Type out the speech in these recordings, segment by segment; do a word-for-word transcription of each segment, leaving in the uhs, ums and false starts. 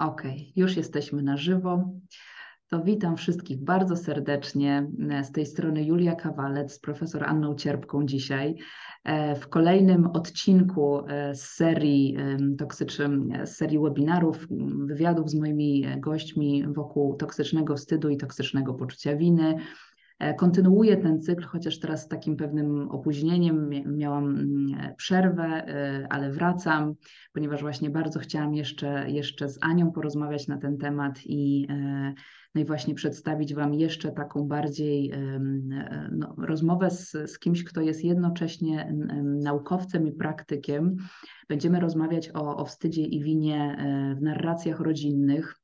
Okej, już jesteśmy na żywo. To witam wszystkich bardzo serdecznie. Z tej strony Julia Kawalec z profesor Anną Cierpką dzisiaj w kolejnym odcinku z serii toksycznej, z serii webinarów, wywiadów z moimi gośćmi wokół toksycznego wstydu i toksycznego poczucia winy. Kontynuuję ten cykl, chociaż teraz z takim pewnym opóźnieniem. Miałam przerwę, ale wracam, ponieważ właśnie bardzo chciałam jeszcze, jeszcze z Anią porozmawiać na ten temat i, no i właśnie przedstawić Wam jeszcze taką bardziej no, rozmowę z, z kimś, kto jest jednocześnie naukowcem i praktykiem. Będziemy rozmawiać o, o wstydzie i winie w narracjach rodzinnych.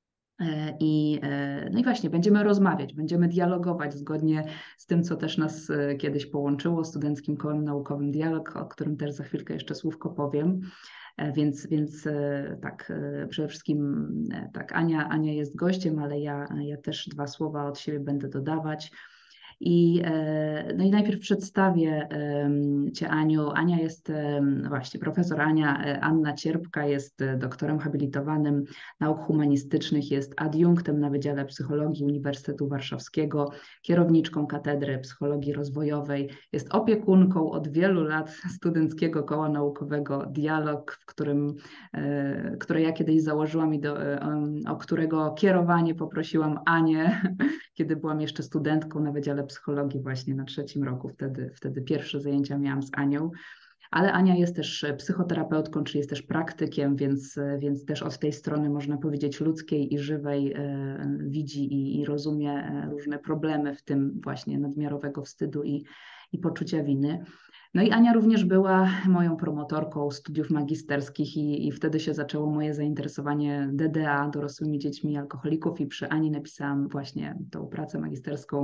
I, no i właśnie będziemy rozmawiać, będziemy dialogować zgodnie z tym, co też nas kiedyś połączyło, Studenckim Kołem Naukowym Dialog, o którym też za chwilkę jeszcze słówko powiem. Więc, więc tak, przede wszystkim tak, Ania, Ania jest gościem, ale ja, ja też dwa słowa od siebie będę dodawać. I, no i najpierw przedstawię Cię, Aniu. Ania jest, właśnie profesor Ania Anna Cierpka jest doktorem habilitowanym nauk humanistycznych, jest adiunktem na Wydziale Psychologii Uniwersytetu Warszawskiego, kierowniczką Katedry Psychologii Rozwojowej, jest opiekunką od wielu lat Studenckiego Koła Naukowego Dialog, w którym, które ja kiedyś założyłam i do, o którego kierowanie poprosiłam Anię, kiedy byłam jeszcze studentką na Wydziale Psychologii właśnie na trzecim roku. Wtedy, wtedy pierwsze zajęcia miałam z Anią. Ale Ania jest też psychoterapeutką, czyli jest też praktykiem, więc, więc też od tej strony, można powiedzieć, ludzkiej i żywej e, widzi i, i rozumie różne problemy, w tym właśnie nadmiarowego wstydu i, i poczucia winy. No i Ania również była moją promotorką studiów magisterskich i, i wtedy się zaczęło moje zainteresowanie D D A, dorosłymi dziećmi alkoholików, i przy Ani napisałam właśnie tą pracę magisterską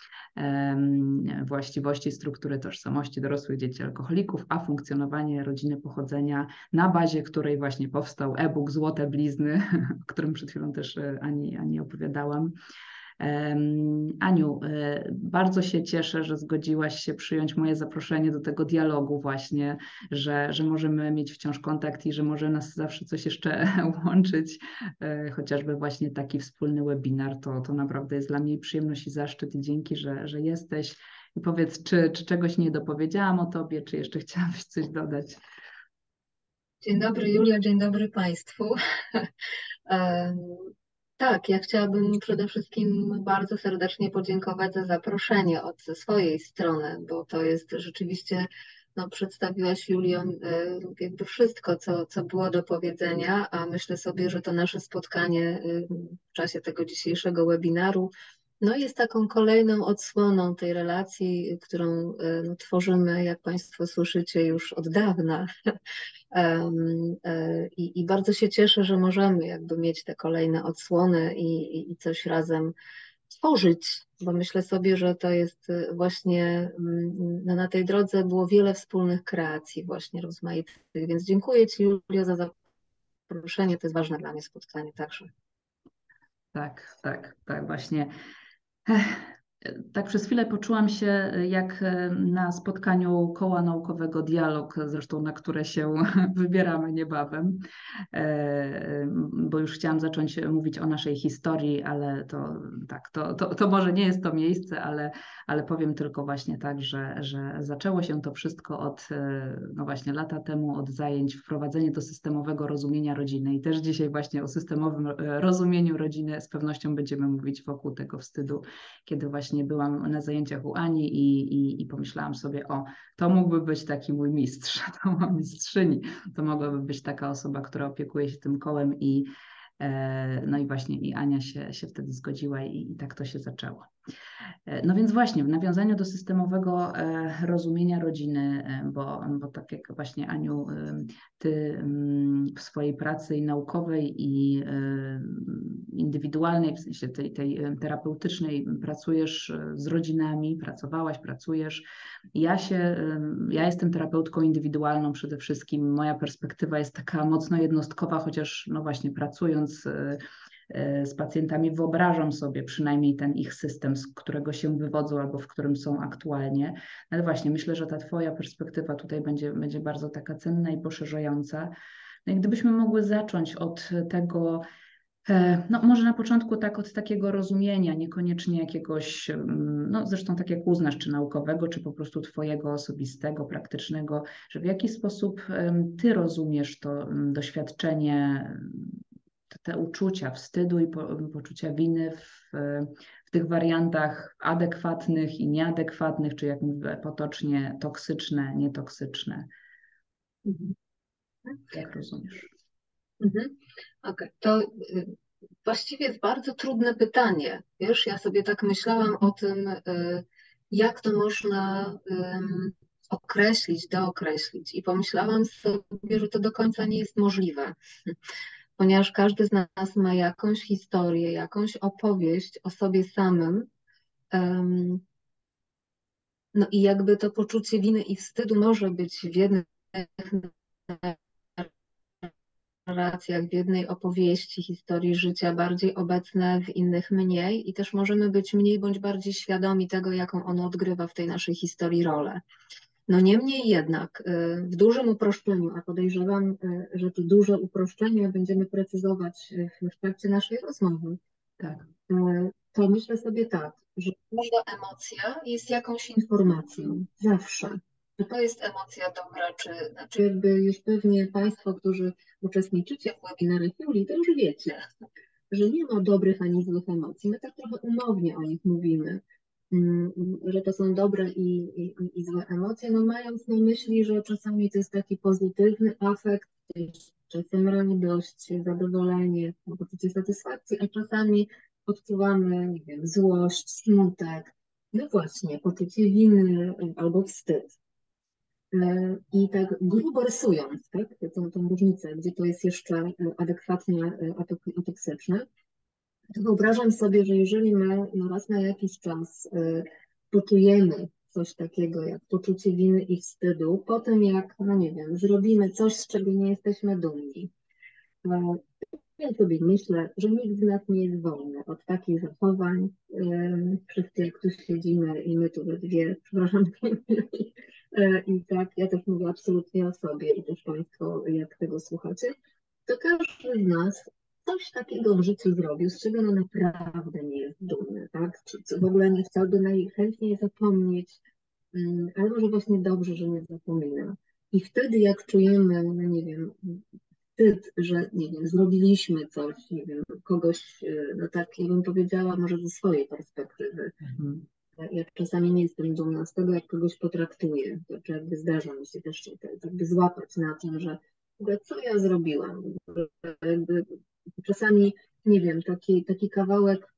um, właściwości struktury tożsamości dorosłych dzieci alkoholików, a funkcjonowanie rodziny pochodzenia, na bazie której właśnie powstał e-book Złote Blizny, o którym przed chwilą też Ani, Ani opowiadałam. Aniu, bardzo się cieszę, że zgodziłaś się przyjąć moje zaproszenie do tego dialogu właśnie, że, że możemy mieć wciąż kontakt i że może nas zawsze coś jeszcze łączyć, chociażby właśnie taki wspólny webinar, to, to naprawdę jest dla mnie przyjemność i zaszczyt i dzięki, że, że jesteś. I powiedz, czy, czy czegoś nie dopowiedziałam o Tobie, czy jeszcze chciałabyś coś dodać? Dzień dobry Julia, dzień dobry Państwu. Tak, ja chciałabym przede wszystkim bardzo serdecznie podziękować za zaproszenie od swojej strony, bo to jest rzeczywiście, no, przedstawiłaś Julią jakby wszystko, co, co było do powiedzenia, a myślę sobie, że to nasze spotkanie w czasie tego dzisiejszego webinaru no jest taką kolejną odsłoną tej relacji, którą no, tworzymy, jak Państwo słyszycie, już od dawna. I, I bardzo się cieszę, że możemy jakby mieć te kolejne odsłony i, i coś razem tworzyć, bo myślę sobie, że to jest właśnie, no, na tej drodze było wiele wspólnych kreacji właśnie rozmaitych, więc dziękuję Ci, Julio, za zaproszenie, to jest ważne dla mnie spotkanie także. Tak, tak, tak właśnie. Tak przez chwilę poczułam się jak na spotkaniu Koła Naukowego Dialog, zresztą na które się wybieramy niebawem, bo już chciałam zacząć mówić o naszej historii, ale to tak, to, to, to może nie jest to miejsce, ale, ale powiem tylko właśnie tak, że, że zaczęło się to wszystko od, no właśnie lata temu, od zajęć wprowadzenie do systemowego rozumienia rodziny, i też dzisiaj właśnie o systemowym rozumieniu rodziny z pewnością będziemy mówić wokół tego wstydu, kiedy właśnie byłam na zajęciach u Ani i, i, i pomyślałam sobie, o, to mógłby być taki mój mistrz, to moja mistrzyni, to mogłaby być taka osoba, która opiekuje się tym kołem, i no i właśnie i Ania się, się wtedy zgodziła i, i tak to się zaczęło. No więc właśnie w nawiązaniu do systemowego rozumienia rodziny, bo, bo tak jak właśnie Aniu, Ty w swojej pracy i naukowej i indywidualnej, w sensie tej, tej terapeutycznej, pracujesz z rodzinami, pracowałaś, pracujesz. Ja się, ja jestem terapeutką indywidualną przede wszystkim. Moja perspektywa jest taka mocno jednostkowa, chociaż no właśnie pracując z pacjentami wyobrażam sobie przynajmniej ten ich system, z którego się wywodzą albo w którym są aktualnie. Ale właśnie myślę, że ta Twoja perspektywa tutaj będzie, będzie bardzo taka cenna i poszerzająca. No i gdybyśmy mogły zacząć od tego, e, no może na początku tak od takiego rozumienia, niekoniecznie jakiegoś, mm, no zresztą tak jak uznasz, czy naukowego, czy po prostu twojego osobistego, praktycznego, że w jaki sposób em, ty rozumiesz to mm, doświadczenie, te, te uczucia wstydu i po, poczucia winy w, w tych wariantach adekwatnych i nieadekwatnych, czy jak mówię potocznie, toksyczne, nietoksyczne. Mhm. Jak rozumiesz? Mhm. Okej, to y, właściwie jest bardzo trudne pytanie. Wiesz, ja sobie tak myślałam o tym, y, jak to można ym, określić, dookreślić. I pomyślałam sobie, że to do końca nie jest możliwe, ponieważ każdy z nas ma jakąś historię, jakąś opowieść o sobie samym. Ym, no i jakby to poczucie winy i wstydu może być w jednych narracjach, w jednej opowieści, historii życia bardziej obecne, w innych mniej i też możemy być mniej bądź bardziej świadomi tego, jaką ono odgrywa w tej naszej historii rolę. No niemniej jednak y, w dużym uproszczeniu, a podejrzewam, y, że to duże uproszczenie będziemy precyzować w, w trakcie naszej rozmowy, Tak. y, to myślę sobie tak, że każda emocja jest jakąś informacją, zawsze. Czy to jest emocja dobra, czy znaczy jakby już pewnie Państwo, którzy uczestniczycie w webinarach Julii, to już wiecie, że nie ma dobrych ani złych emocji. My tak trochę umownie o nich mówimy, mm, że to są dobre i, i, i złe emocje, no mając na myśli, że czasami to jest taki pozytywny afekt, czasem radość, zadowolenie, poczucie satysfakcji, a czasami odczuwamy, nie wiem, złość, smutek, no właśnie, poczucie winy albo wstyd. E, I tak grubo rysując, tak, tą, tą różnicę, gdzie to jest jeszcze adekwatnie atok- atoksyczne, to wyobrażam sobie, że jeżeli my no raz na jakiś czas y, poczujemy coś takiego jak poczucie winy i wstydu, po tym jak, no nie wiem, zrobimy coś, z czego nie jesteśmy dumni, to ja sobie myślę, że nikt z nas nie jest wolny od takich zachowań. Ym, Wszyscy jak tu siedzimy i my tu we dwie, przepraszam, y, i tak, ja też mówię absolutnie o sobie i też Państwo, jak tego słuchacie, to każdy z nas coś takiego w życiu zrobił, z czego no naprawdę nie jest dumny, tak? Czy, czy w ogóle nie chciałby najchętniej zapomnieć, ym, albo że właśnie dobrze, że nie zapomina. I wtedy jak czujemy, no nie wiem, wstyd, że nie wiem, zrobiliśmy coś, nie wiem, kogoś, y, no tak, ja bym powiedziała może ze swojej perspektywy. Mhm. Ja czasami nie jestem dumna z tego, jak kogoś potraktuję. To czy jakby zdarza mi się też tak jakby złapać na tym, że w ogóle co ja zrobiłam. Jakby czasami, nie wiem, taki, taki kawałek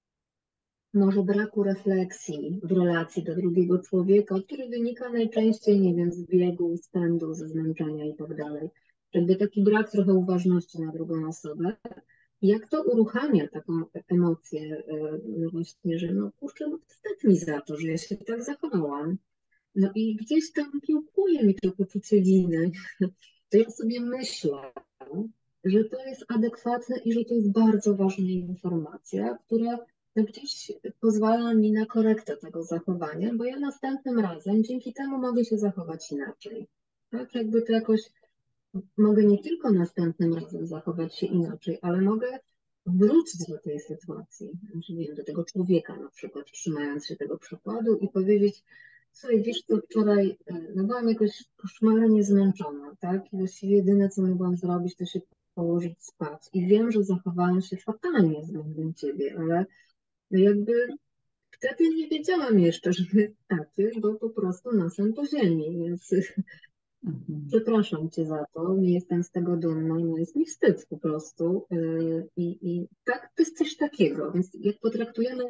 może braku refleksji w relacji do drugiego człowieka, który wynika najczęściej, nie wiem, z biegu, z pędu, ze zmęczenia i tak dalej. Jakby taki brak trochę uważności na drugą osobę. Jak to uruchamia taką emocję, e, no właśnie, że no kurczę, no wstyd mi za to, że ja się tak zachowałam. No i gdzieś tam kiełkuje mi to poczucie winy. To ja sobie myślę, że to jest adekwatne i że to jest bardzo ważna informacja, która no gdzieś pozwala mi na korektę tego zachowania, bo ja następnym razem dzięki temu mogę się zachować inaczej. Tak, jakby to jakoś mogę nie tylko następnym razem zachować się inaczej, ale mogę wrócić do tej sytuacji, znaczy, nie wiem, do tego człowieka na przykład, trzymając się tego przykładu i powiedzieć, słuchaj, wiesz co, wczoraj no byłam jakoś koszmarnie zmęczona, tak? I właściwie jedyne, co mogłam zrobić, to się położyć spać. I wiem, że zachowałam się fatalnie względem ciebie, ale no jakby wtedy nie wiedziałam jeszcze, że jest takie, bo po prostu nosem po ziemi, więc Mhm. przepraszam cię za to, nie jestem z tego dumna, no jest mi wstyd po prostu. Yy, I, I tak, to jest coś takiego, więc jak potraktujemy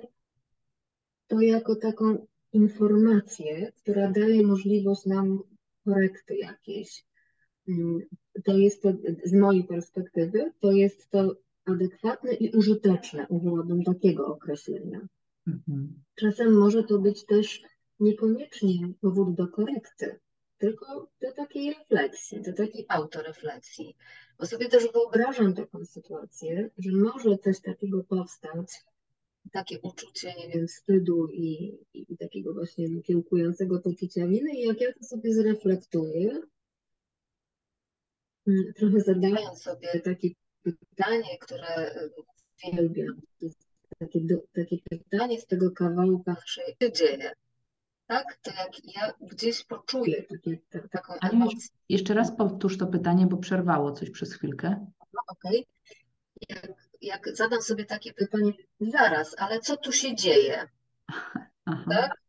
to jako taką informację, która daje możliwość nam korekty jakiejś, yy, to jest to z mojej perspektywy, to jest to adekwatne i użyteczne, użyłabym takiego określenia. Mhm. Czasem może to być też niekoniecznie powód do korekty, tylko do takiej refleksji, do takiej autorefleksji. Bo sobie też wyobrażam taką sytuację, że może coś takiego powstać, takie uczucie, nie wiem, wstydu i, i, i takiego właśnie kiełkującego poczucia winy. I jak ja to sobie zreflektuję, trochę zadając sobie takie pytanie, które uwielbiam. To jest takie, do, takie pytanie z tego kawałka, co się dzieje, tak? To jak ja gdzieś poczuję takie, ta, taką Aniu, jeż- emocję, jeszcze raz powtórz to pytanie, bo przerwało coś przez chwilkę. okej? Jak, jak zadam sobie takie pytanie, zaraz, ale co tu się dzieje, Aha. tak?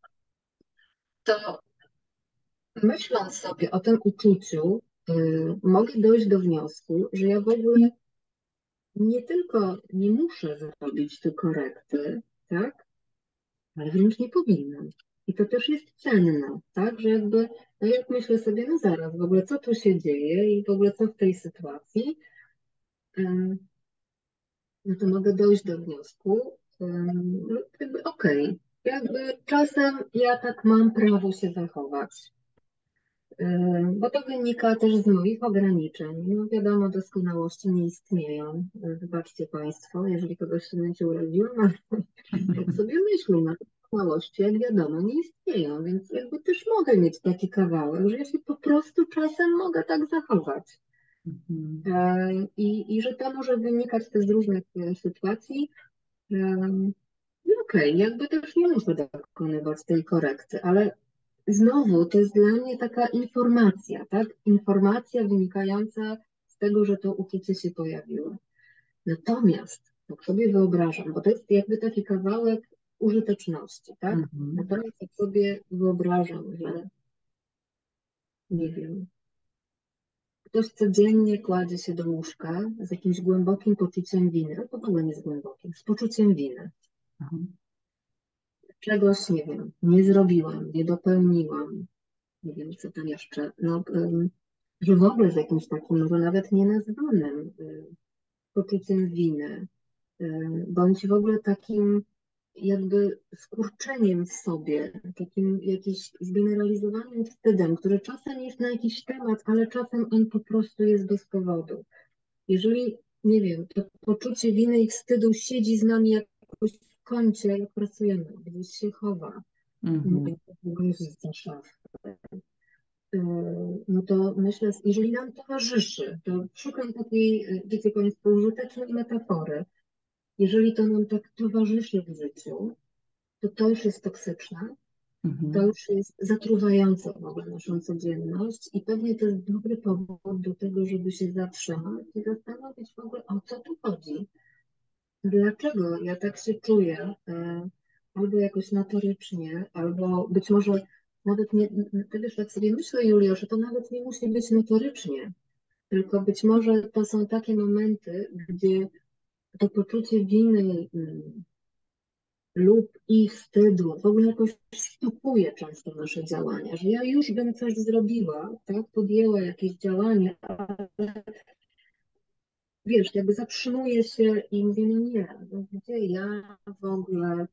To myśląc sobie o tym uczuciu, y, mogę dojść do wniosku, że ja w ogóle nie tylko nie muszę zrobić tej korekty, tak? Ale wręcz nie powinnam. I to też jest cenne, tak? Że jakby, no jak myślę sobie, no zaraz, w ogóle co tu się dzieje i w ogóle co w tej sytuacji, em, no to mogę dojść do wniosku, em, no jakby okej, jakby czasem ja tak mam prawo się zachować. Yy, Bo to wynika też z moich ograniczeń. No wiadomo, doskonałości nie istnieją. Yy, Wybaczcie Państwo, jeżeli kogoś się nie urodziłam, ale jak sobie myślę, na doskonałości, jak wiadomo, nie istnieją, więc jakby też mogę mieć taki kawałek, że ja się po prostu czasem mogę tak zachować. Mhm. Yy, I, i że to może wynikać też z różnych e, sytuacji. Yy, I okej, jakby też nie muszę dokonywać tej korekty, ale znowu, to jest dla mnie taka informacja, tak? Informacja wynikająca z tego, że to uczucie się pojawiło. Natomiast, jak sobie wyobrażam, bo to jest jakby taki kawałek użyteczności, tak? Mhm. Natomiast jak sobie wyobrażam, że nie wiem, ktoś codziennie kładzie się do łóżka z jakimś głębokim poczuciem winy, to w ogóle nie z głębokim, z poczuciem winy. Aha. Czegoś, nie wiem, nie zrobiłam, nie dopełniłam, nie wiem, co tam jeszcze, no, ym, że w ogóle z jakimś takim, może nawet nienazwanym y, poczuciem winy, y, bądź w ogóle takim jakby skurczeniem w sobie, takim jakimś zgeneralizowanym wstydem, który czasem jest na jakiś temat, ale czasem on po prostu jest bez powodu. Jeżeli, nie wiem, to poczucie winy i wstydu siedzi z nami jakoś w kącie, jak pracujemy, gdzieś się chowa, nie Mhm. wiem, gdzieś za szafę, no to myślę, jeżeli nam towarzyszy, to szukam takiej, wiecie Państwo, użytecznej metafory. Jeżeli to nam tak towarzyszy w życiu, to to już jest toksyczne, to Mhm. już jest zatruwające w ogóle naszą codzienność i pewnie to jest dobry powód do tego, żeby się zatrzymać i zastanowić w ogóle, o co tu chodzi. Dlaczego ja tak się czuję? e, Albo jakoś notorycznie, albo być może nawet nie, ty wiesz, tak sobie myślę, Julio, że to nawet nie musi być notorycznie, tylko być może to są takie momenty, gdzie to poczucie winy mm, lub i wstydu w ogóle jakoś stopuje często nasze działania, że ja już bym coś zrobiła, tak, podjęła jakieś działanie, ale wiesz, jakby zatrzymuję się i mówię, no nie, no gdzie ja w ogóle.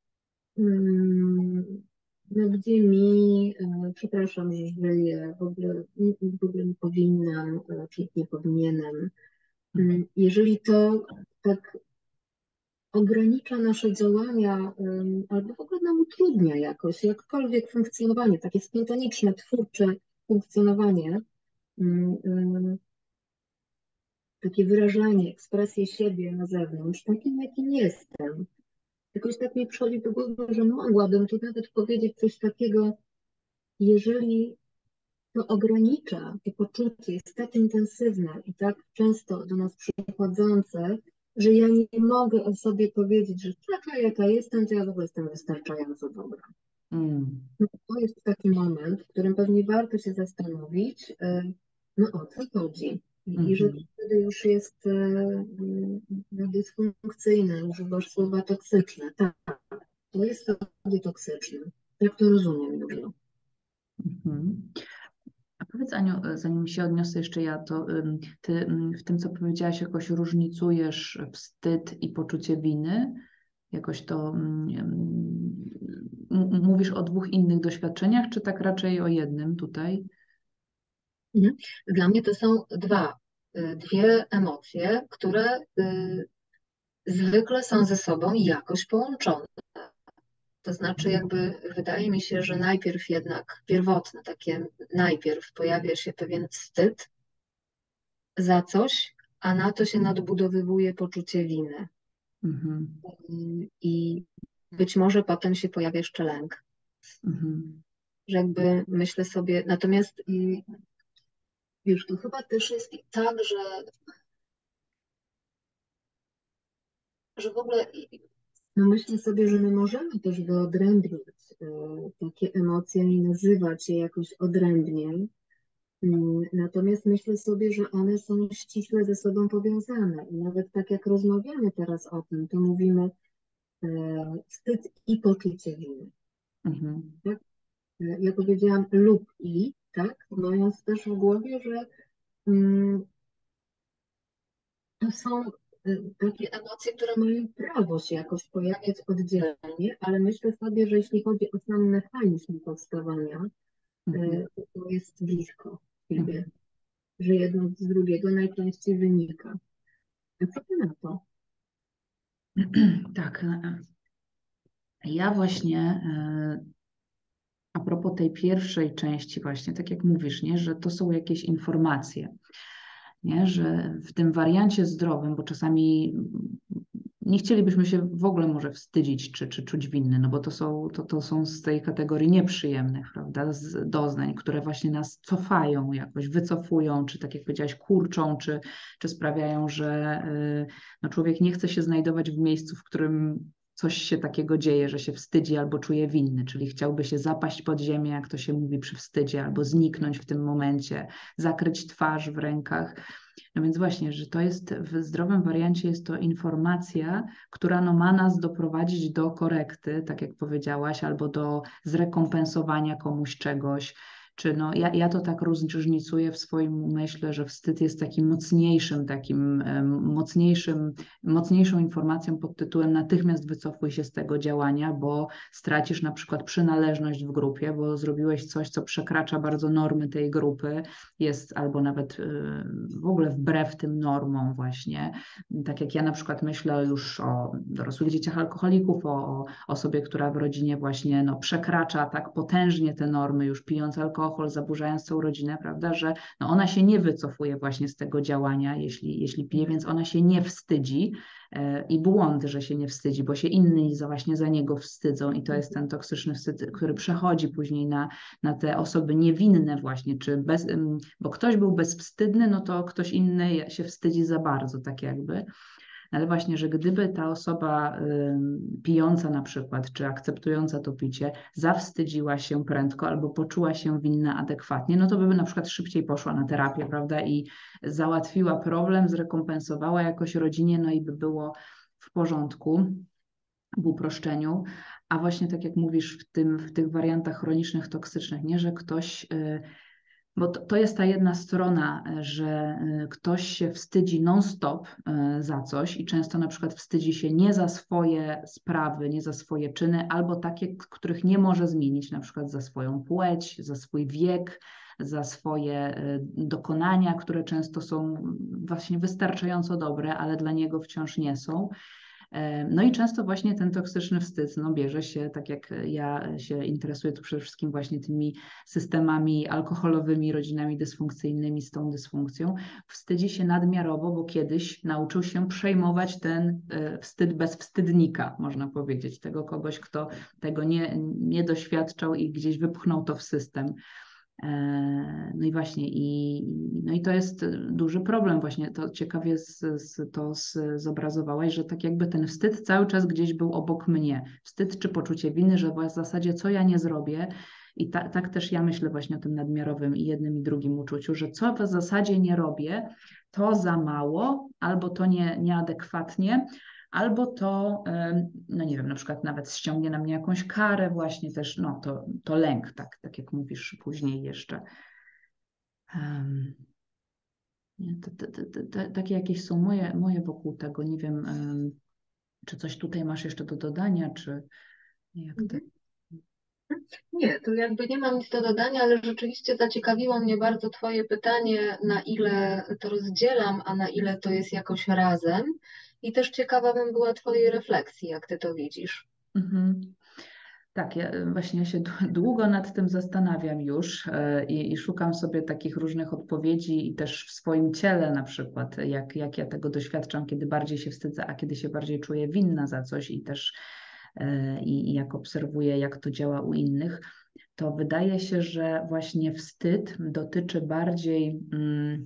Mm, No gdzie mi, e, przepraszam, że żyję, w ogóle, w ogóle nie powinnam, e, czy nie powinienem. Mhm. Mm, Jeżeli to tak ogranicza nasze działania, em, albo w ogóle nam utrudnia jakoś, jakkolwiek funkcjonowanie, takie spontaniczne, twórcze funkcjonowanie, mm, em, takie wyrażanie, ekspresję siebie na zewnątrz, takim jakim jestem. Jakoś tak mi przychodzi do głowy, że mogłabym tu nawet powiedzieć coś takiego, jeżeli to ogranicza, to poczucie jest tak intensywne i tak często do nas przychodzące, że ja nie mogę o sobie powiedzieć, że taka jaka jestem, to ja w ogóle jestem wystarczająco dobra. Mm. No, to jest taki moment, w którym pewnie warto się zastanowić, e, no o co chodzi. I, i że to Mhm. wtedy już jest e, mm, no, dysfunkcyjne, używasz słowa toksyczne. Tak, to jest wtedy toksyczne. Tak to rozumiem, Julio. Mhm. A powiedz, Aniu, e, zanim się odniosę jeszcze ja, to ym, ty ym, w tym, co powiedziałaś, jakoś różnicujesz wstyd i poczucie winy? Jakoś to ym, m- mówisz o dwóch innych doświadczeniach, czy tak raczej o jednym tutaj? Mhm. Dla mnie to są dwa, y, dwie emocje, które y, zwykle są ze sobą jakoś połączone. To znaczy, jakby wydaje mi się, że najpierw jednak pierwotne, takie najpierw pojawia się pewien wstyd, za coś, a na to się nadbudowywuje poczucie winy. Mhm. I być może potem się pojawia jeszcze lęk. Mhm. Że jakby myślę sobie, natomiast i, wiesz, to chyba też jest tak, że, że w ogóle no myślę sobie, że my możemy też wyodrębniać e, takie emocje i nazywać je jakoś odrębnie. Mm, Natomiast myślę sobie, że one są ściśle ze sobą powiązane. I nawet tak jak rozmawiamy teraz o tym, to mówimy e, wstyd i poczucie winy. Mhm. Tak? E, Ja powiedziałam lub i, tak? Mając też w głowie, że mm, to są y, takie emocje, które mają prawo się jakoś pojawiać oddzielnie, ale myślę sobie, że jeśli chodzi o sam mechanizm powstawania, Mhm. y, to to jest blisko siebie, Mhm. że jedno z drugiego najczęściej wynika. A co ty na to? Tak. e, Ja właśnie e, a propos tej pierwszej części właśnie, tak jak mówisz, nie, że to są jakieś informacje, nie, że w tym wariancie zdrowym, bo czasami nie chcielibyśmy się w ogóle może wstydzić czy, czy czuć winny, no bo to są, to, to są z tej kategorii nieprzyjemnych, prawda, z doznań, które właśnie nas cofają jakoś, wycofują, czy tak jak powiedziałaś, kurczą, czy, czy sprawiają, że y, no, człowiek nie chce się znajdować w miejscu, w którym coś się takiego dzieje, że się wstydzi albo czuje winny, czyli chciałby się zapaść pod ziemię, jak to się mówi przy wstydzie, albo zniknąć w tym momencie, zakryć twarz w rękach. No więc właśnie, że to jest w zdrowym wariancie jest to informacja, która no ma nas doprowadzić do korekty, tak jak powiedziałaś, albo do zrekompensowania komuś czegoś. Czy no, ja, ja to tak różnicuję w swoim umyśle, że wstyd jest takim mocniejszym, takim em, mocniejszym, mocniejszą informacją pod tytułem natychmiast wycofuj się z tego działania, bo stracisz na przykład przynależność w grupie, bo zrobiłeś coś, co przekracza bardzo normy tej grupy, jest albo nawet y, w ogóle wbrew tym normom właśnie. Tak jak ja na przykład myślę już o dorosłych dzieciach alkoholików, o, o osobie, która w rodzinie właśnie no, przekracza tak potężnie te normy, już pijąc alkohol, zaburzając całą rodzinę, prawda, że no, ona się nie wycofuje właśnie z tego działania, jeśli, jeśli pije, więc ona się nie wstydzi, i błąd, że się nie wstydzi, bo się inni za właśnie za niego wstydzą i to jest ten toksyczny wstyd, który przechodzi później na, na te osoby niewinne właśnie, czy bez, bo ktoś był bezwstydny, no to ktoś inny się wstydzi za bardzo, tak jakby. Ale właśnie, że gdyby ta osoba y, pijąca na przykład, czy akceptująca to picie, zawstydziła się prędko albo poczuła się winna adekwatnie, no to by na przykład szybciej poszła na terapię, prawda, i załatwiła problem, zrekompensowała jakoś rodzinie, no i by było w porządku, w uproszczeniu. A właśnie tak jak mówisz w tym, w tych wariantach chronicznych, toksycznych, nie, że ktoś y, bo to, to jest ta jedna strona, że y, ktoś się wstydzi non-stop y, za coś i często na przykład wstydzi się nie za swoje sprawy, nie za swoje czyny, albo takie, których nie może zmienić, na przykład za swoją płeć, za swój wiek, za swoje y, dokonania, które często są właśnie wystarczająco dobre, ale dla niego wciąż nie są. No i często właśnie ten toksyczny wstyd no, bierze się, tak jak ja się interesuję tu przede wszystkim właśnie tymi systemami alkoholowymi, rodzinami dysfunkcyjnymi z tą dysfunkcją, wstydzi się nadmiarowo, bo kiedyś nauczył się przejmować ten wstyd bez wstydnika, można powiedzieć, tego kogoś, kto tego nie, nie doświadczał i gdzieś wypchnął to w system. No i właśnie, i, no i to jest duży problem właśnie, to ciekawie z, z, to z, zobrazowałaś, że tak jakby ten wstyd cały czas gdzieś był obok mnie. Wstyd czy poczucie winy, że w zasadzie co ja nie zrobię i ta, tak też ja myślę właśnie o tym nadmiarowym i jednym i drugim uczuciu, że co w zasadzie nie robię, to za mało albo to nie, nieadekwatnie, albo to, no nie wiem, na przykład nawet ściągnie na mnie jakąś karę właśnie też, no to, to lęk, tak, tak jak mówisz później jeszcze. Um, nie, to, to, to, to, takie jakieś są moje, moje wokół tego, nie wiem, um, czy coś tutaj masz jeszcze do dodania, czy jak to? Nie, to jakby nie mam nic do dodania, ale rzeczywiście zaciekawiło mnie bardzo Twoje pytanie, na ile to rozdzielam, a na ile to jest jakoś razem. I też ciekawa bym była Twojej refleksji, jak Ty to widzisz. Mhm. Tak, ja właśnie się długo nad tym zastanawiam już e, i, i szukam sobie takich różnych odpowiedzi i też w swoim ciele na przykład, jak, jak ja tego doświadczam, kiedy bardziej się wstydzę, a kiedy się bardziej czuję winna za coś i też e, i, i jak obserwuję, jak to działa u innych, to wydaje się, że właśnie wstyd dotyczy bardziej mm,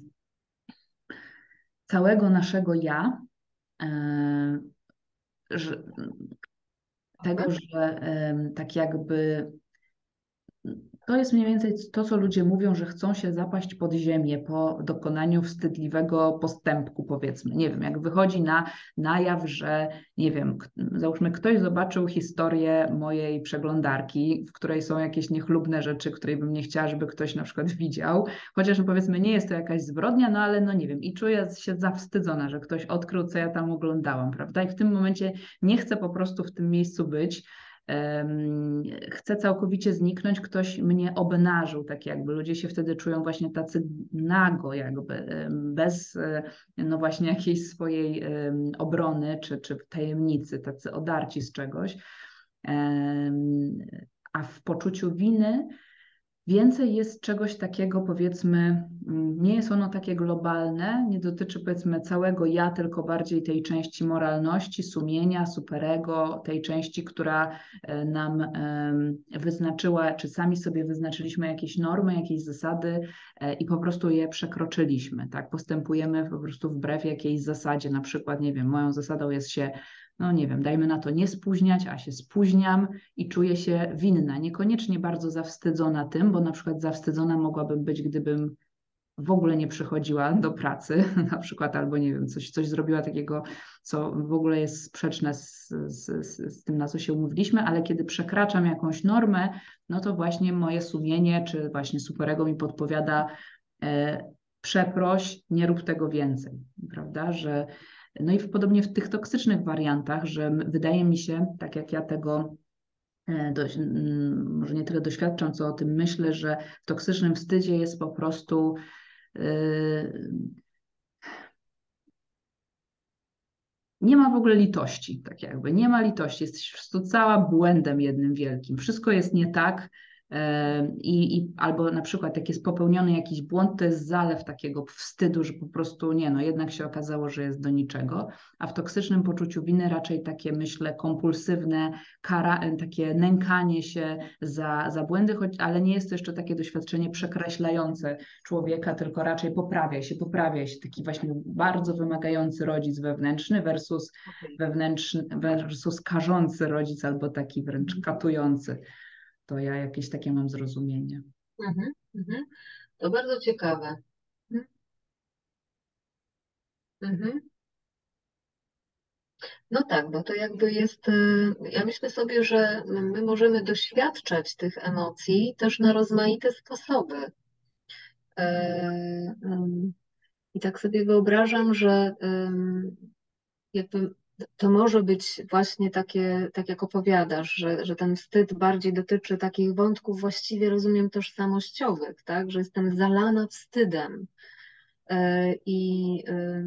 całego naszego ja, e, że, tego, że e, tak jakby to jest mniej więcej to, co ludzie mówią, że chcą się zapaść pod ziemię po dokonaniu wstydliwego postępku, powiedzmy. Nie wiem, jak wychodzi na, na jaw, że nie wiem, załóżmy, ktoś zobaczył historię mojej przeglądarki, w której są jakieś niechlubne rzeczy, której bym nie chciała, żeby ktoś na przykład widział, chociaż no powiedzmy nie jest to jakaś zbrodnia, no ale no nie wiem, i czuję się zawstydzona, że ktoś odkrył, co ja tam oglądałam, prawda? I w tym momencie nie chcę po prostu w tym miejscu być. Chcę całkowicie zniknąć, ktoś mnie obnażył, tak jakby ludzie się wtedy czują właśnie tacy nago, jakby bez no właśnie jakiejś swojej obrony czy, czy tajemnicy, tacy odarci z czegoś. A w poczuciu winy więcej jest czegoś takiego, powiedzmy, nie jest ono takie globalne, nie dotyczy powiedzmy całego ja, tylko bardziej tej części moralności, sumienia, superego, tej części, która nam wyznaczyła, czy sami sobie wyznaczyliśmy jakieś normy, jakieś zasady i po prostu je przekroczyliśmy, tak? Postępujemy po prostu wbrew jakiejś zasadzie, na przykład, nie wiem, moją zasadą jest się no nie wiem, dajmy na to nie spóźniać, a się spóźniam i czuję się winna. Niekoniecznie bardzo zawstydzona tym, bo na przykład zawstydzona mogłabym być, gdybym w ogóle nie przychodziła do pracy, na przykład, albo nie wiem, coś, coś zrobiła takiego, co w ogóle jest sprzeczne z, z, z, z tym, na co się umówiliśmy, ale kiedy przekraczam jakąś normę, no to właśnie moje sumienie, czy właśnie superego mi podpowiada, e, przeproś, nie rób tego więcej, prawda, że no i podobnie w tych toksycznych wariantach, że wydaje mi się, tak jak ja tego dość, może nie tyle doświadczam, co o tym myślę, że w toksycznym wstydzie jest po prostu yy, nie ma w ogóle litości, tak jakby, nie ma litości, jesteś po prostu cała błędem jednym wielkim, wszystko jest nie tak, I, i albo na przykład jak jest popełniony jakiś błąd, to jest zalew takiego wstydu, że po prostu nie, no jednak się okazało, że jest do niczego, a w toksycznym poczuciu winy raczej takie, myślę, kompulsywne, kara, takie nękanie się za, za błędy, choć, ale nie jest to jeszcze takie doświadczenie przekreślające człowieka, tylko raczej poprawiaj się, poprawiaj się, taki właśnie bardzo wymagający rodzic wewnętrzny versus wewnętrzny, versus karzący rodzic albo taki wręcz katujący. To ja jakieś takie mam zrozumienie. Mhm, mhm. To bardzo ciekawe. Mhm. No tak, bo to jakby jest, ja myślę sobie, że my możemy doświadczać tych emocji też na rozmaite sposoby. I tak sobie wyobrażam, że jakby to może być właśnie takie, tak jak opowiadasz, że, że ten wstyd bardziej dotyczy takich wątków właściwie, rozumiem, tożsamościowych, tak? Że jestem zalana wstydem. I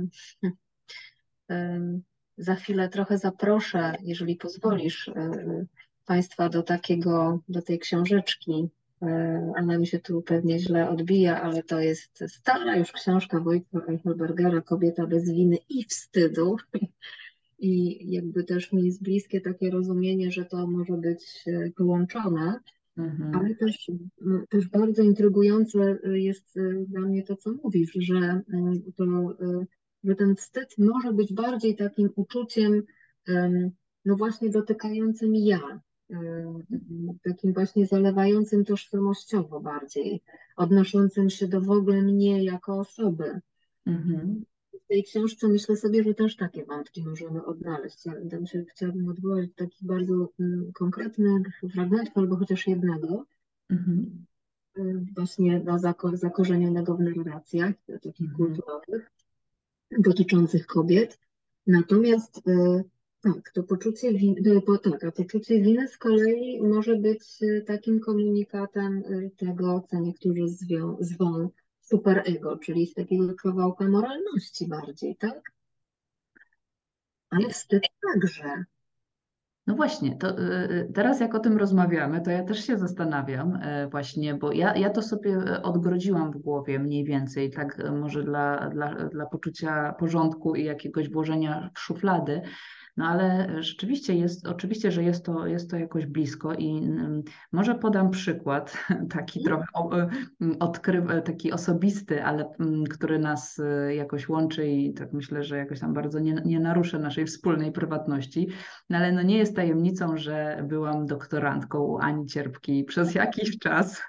za chwilę trochę zaproszę, jeżeli pozwolisz, Państwa do takiego, do tej książeczki. Ona mi się tu pewnie źle odbija, ale to jest stara już książka Wojtka Eichelbergera, Kobieta bez winy i wstydu. I jakby też mi jest bliskie takie rozumienie, że to może być połączone, mhm. ale też, też bardzo intrygujące jest dla mnie to, co mówisz, że, to, że ten wstyd może być bardziej takim uczuciem, no właśnie dotykającym ja, takim właśnie zalewającym tożsamościowo bardziej, odnoszącym się do w ogóle mnie jako osoby. Mhm. W tej książce myślę sobie, że też takie wątki możemy odnaleźć. Ja tam się chciałabym odwołać do takich bardzo konkretnych fragmentów, albo chociaż jednego, mhm. właśnie no, zako zakorzenionego w narracjach, takich mhm. kulturowych, dotyczących kobiet. Natomiast tak, to poczucie winy, tak, a poczucie winy z kolei może być takim komunikatem tego, co niektórzy zwią, zwą superego, czyli z takiego kawałka moralności bardziej, tak? Ale wstyd także. No właśnie, to y, teraz jak o tym rozmawiamy, to ja też się zastanawiam y, właśnie, bo ja, ja to sobie odgrodziłam w głowie mniej więcej, tak y, może dla, dla, dla poczucia porządku i jakiegoś włożenia w szuflady. No ale rzeczywiście jest, oczywiście, że jest to, jest to jakoś blisko i mm, może podam przykład taki trochę o- y, odkry, taki osobisty, ale mm, który nas y, jakoś łączy i tak myślę, że jakoś tam bardzo nie, nie naruszy naszej wspólnej prywatności. No ale no nie jest tajemnicą, że byłam doktorantką u Ani Cierpkiej przez jakiś czas.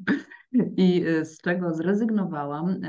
I y, z czego zrezygnowałam, y,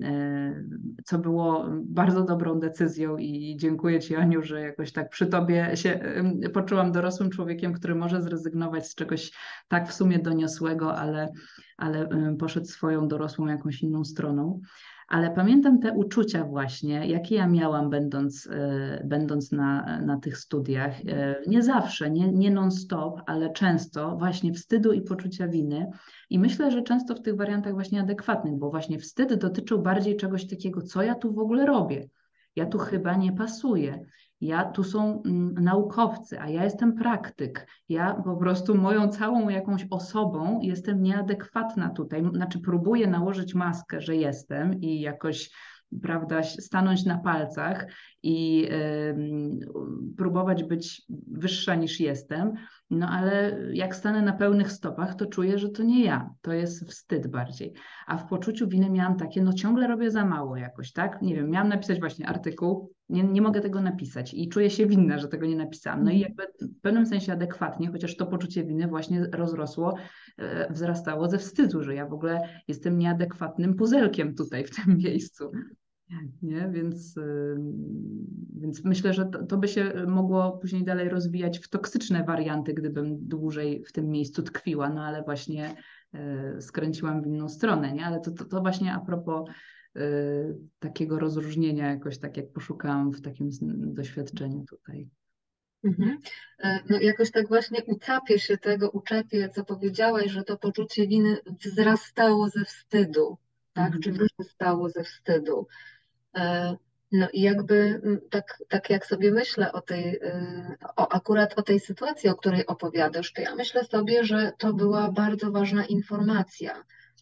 y, co było bardzo dobrą decyzją i dziękuję Ci, Aniu, że jakoś tak przy Tobie się y, poczułam dorosłym człowiekiem, który może zrezygnować z czegoś tak w sumie doniosłego, ale, ale y, poszedł swoją dorosłą jakąś inną stroną. Ale pamiętam te uczucia właśnie, jakie ja miałam będąc, y, będąc na, na tych studiach. Y, Nie zawsze, nie, nie non-stop, ale często właśnie wstydu i poczucia winy. I myślę, że często w tych wariantach właśnie adekwatnych, bo właśnie wstyd dotyczył bardziej czegoś takiego, co ja tu w ogóle robię. Ja tu chyba nie pasuję. Ja tu są mm, naukowcy, a ja jestem praktyk. Ja po prostu moją całą jakąś osobą jestem nieadekwatna tutaj. Znaczy próbuję nałożyć maskę, że jestem i jakoś, prawda, stanąć na palcach i y, próbować być wyższa niż jestem. No ale jak stanę na pełnych stopach, to czuję, że to nie ja, to jest wstyd bardziej. A w poczuciu winy miałam takie, no ciągle robię za mało jakoś, tak? Nie wiem, miałam napisać właśnie artykuł, nie, nie mogę tego napisać i czuję się winna, że tego nie napisałam. No i jakby w pewnym sensie adekwatnie, chociaż to poczucie winy właśnie rozrosło, e, wzrastało ze wstydu, że ja w ogóle jestem nieadekwatnym puzelkiem tutaj w tym miejscu. Nie? Więc, y, więc myślę, że to, to by się mogło później dalej rozwijać w toksyczne warianty, gdybym dłużej w tym miejscu tkwiła, no ale właśnie y, skręciłam w inną stronę, nie? Ale to, to, to właśnie a propos y, takiego rozróżnienia jakoś tak, jak poszukałam w takim z- doświadczeniu tutaj. Mhm. E, No jakoś tak właśnie ucapię się tego, uczepię, co powiedziałaś, że to poczucie winy wzrastało ze wstydu, tak? Czy Mhm. wyrastało ze wstydu. E, No i jakby mm, tak, tak jak sobie myślę o tej, e, o, akurat o tej sytuacji, o której opowiadasz, to ja myślę sobie, że to była bardzo ważna informacja.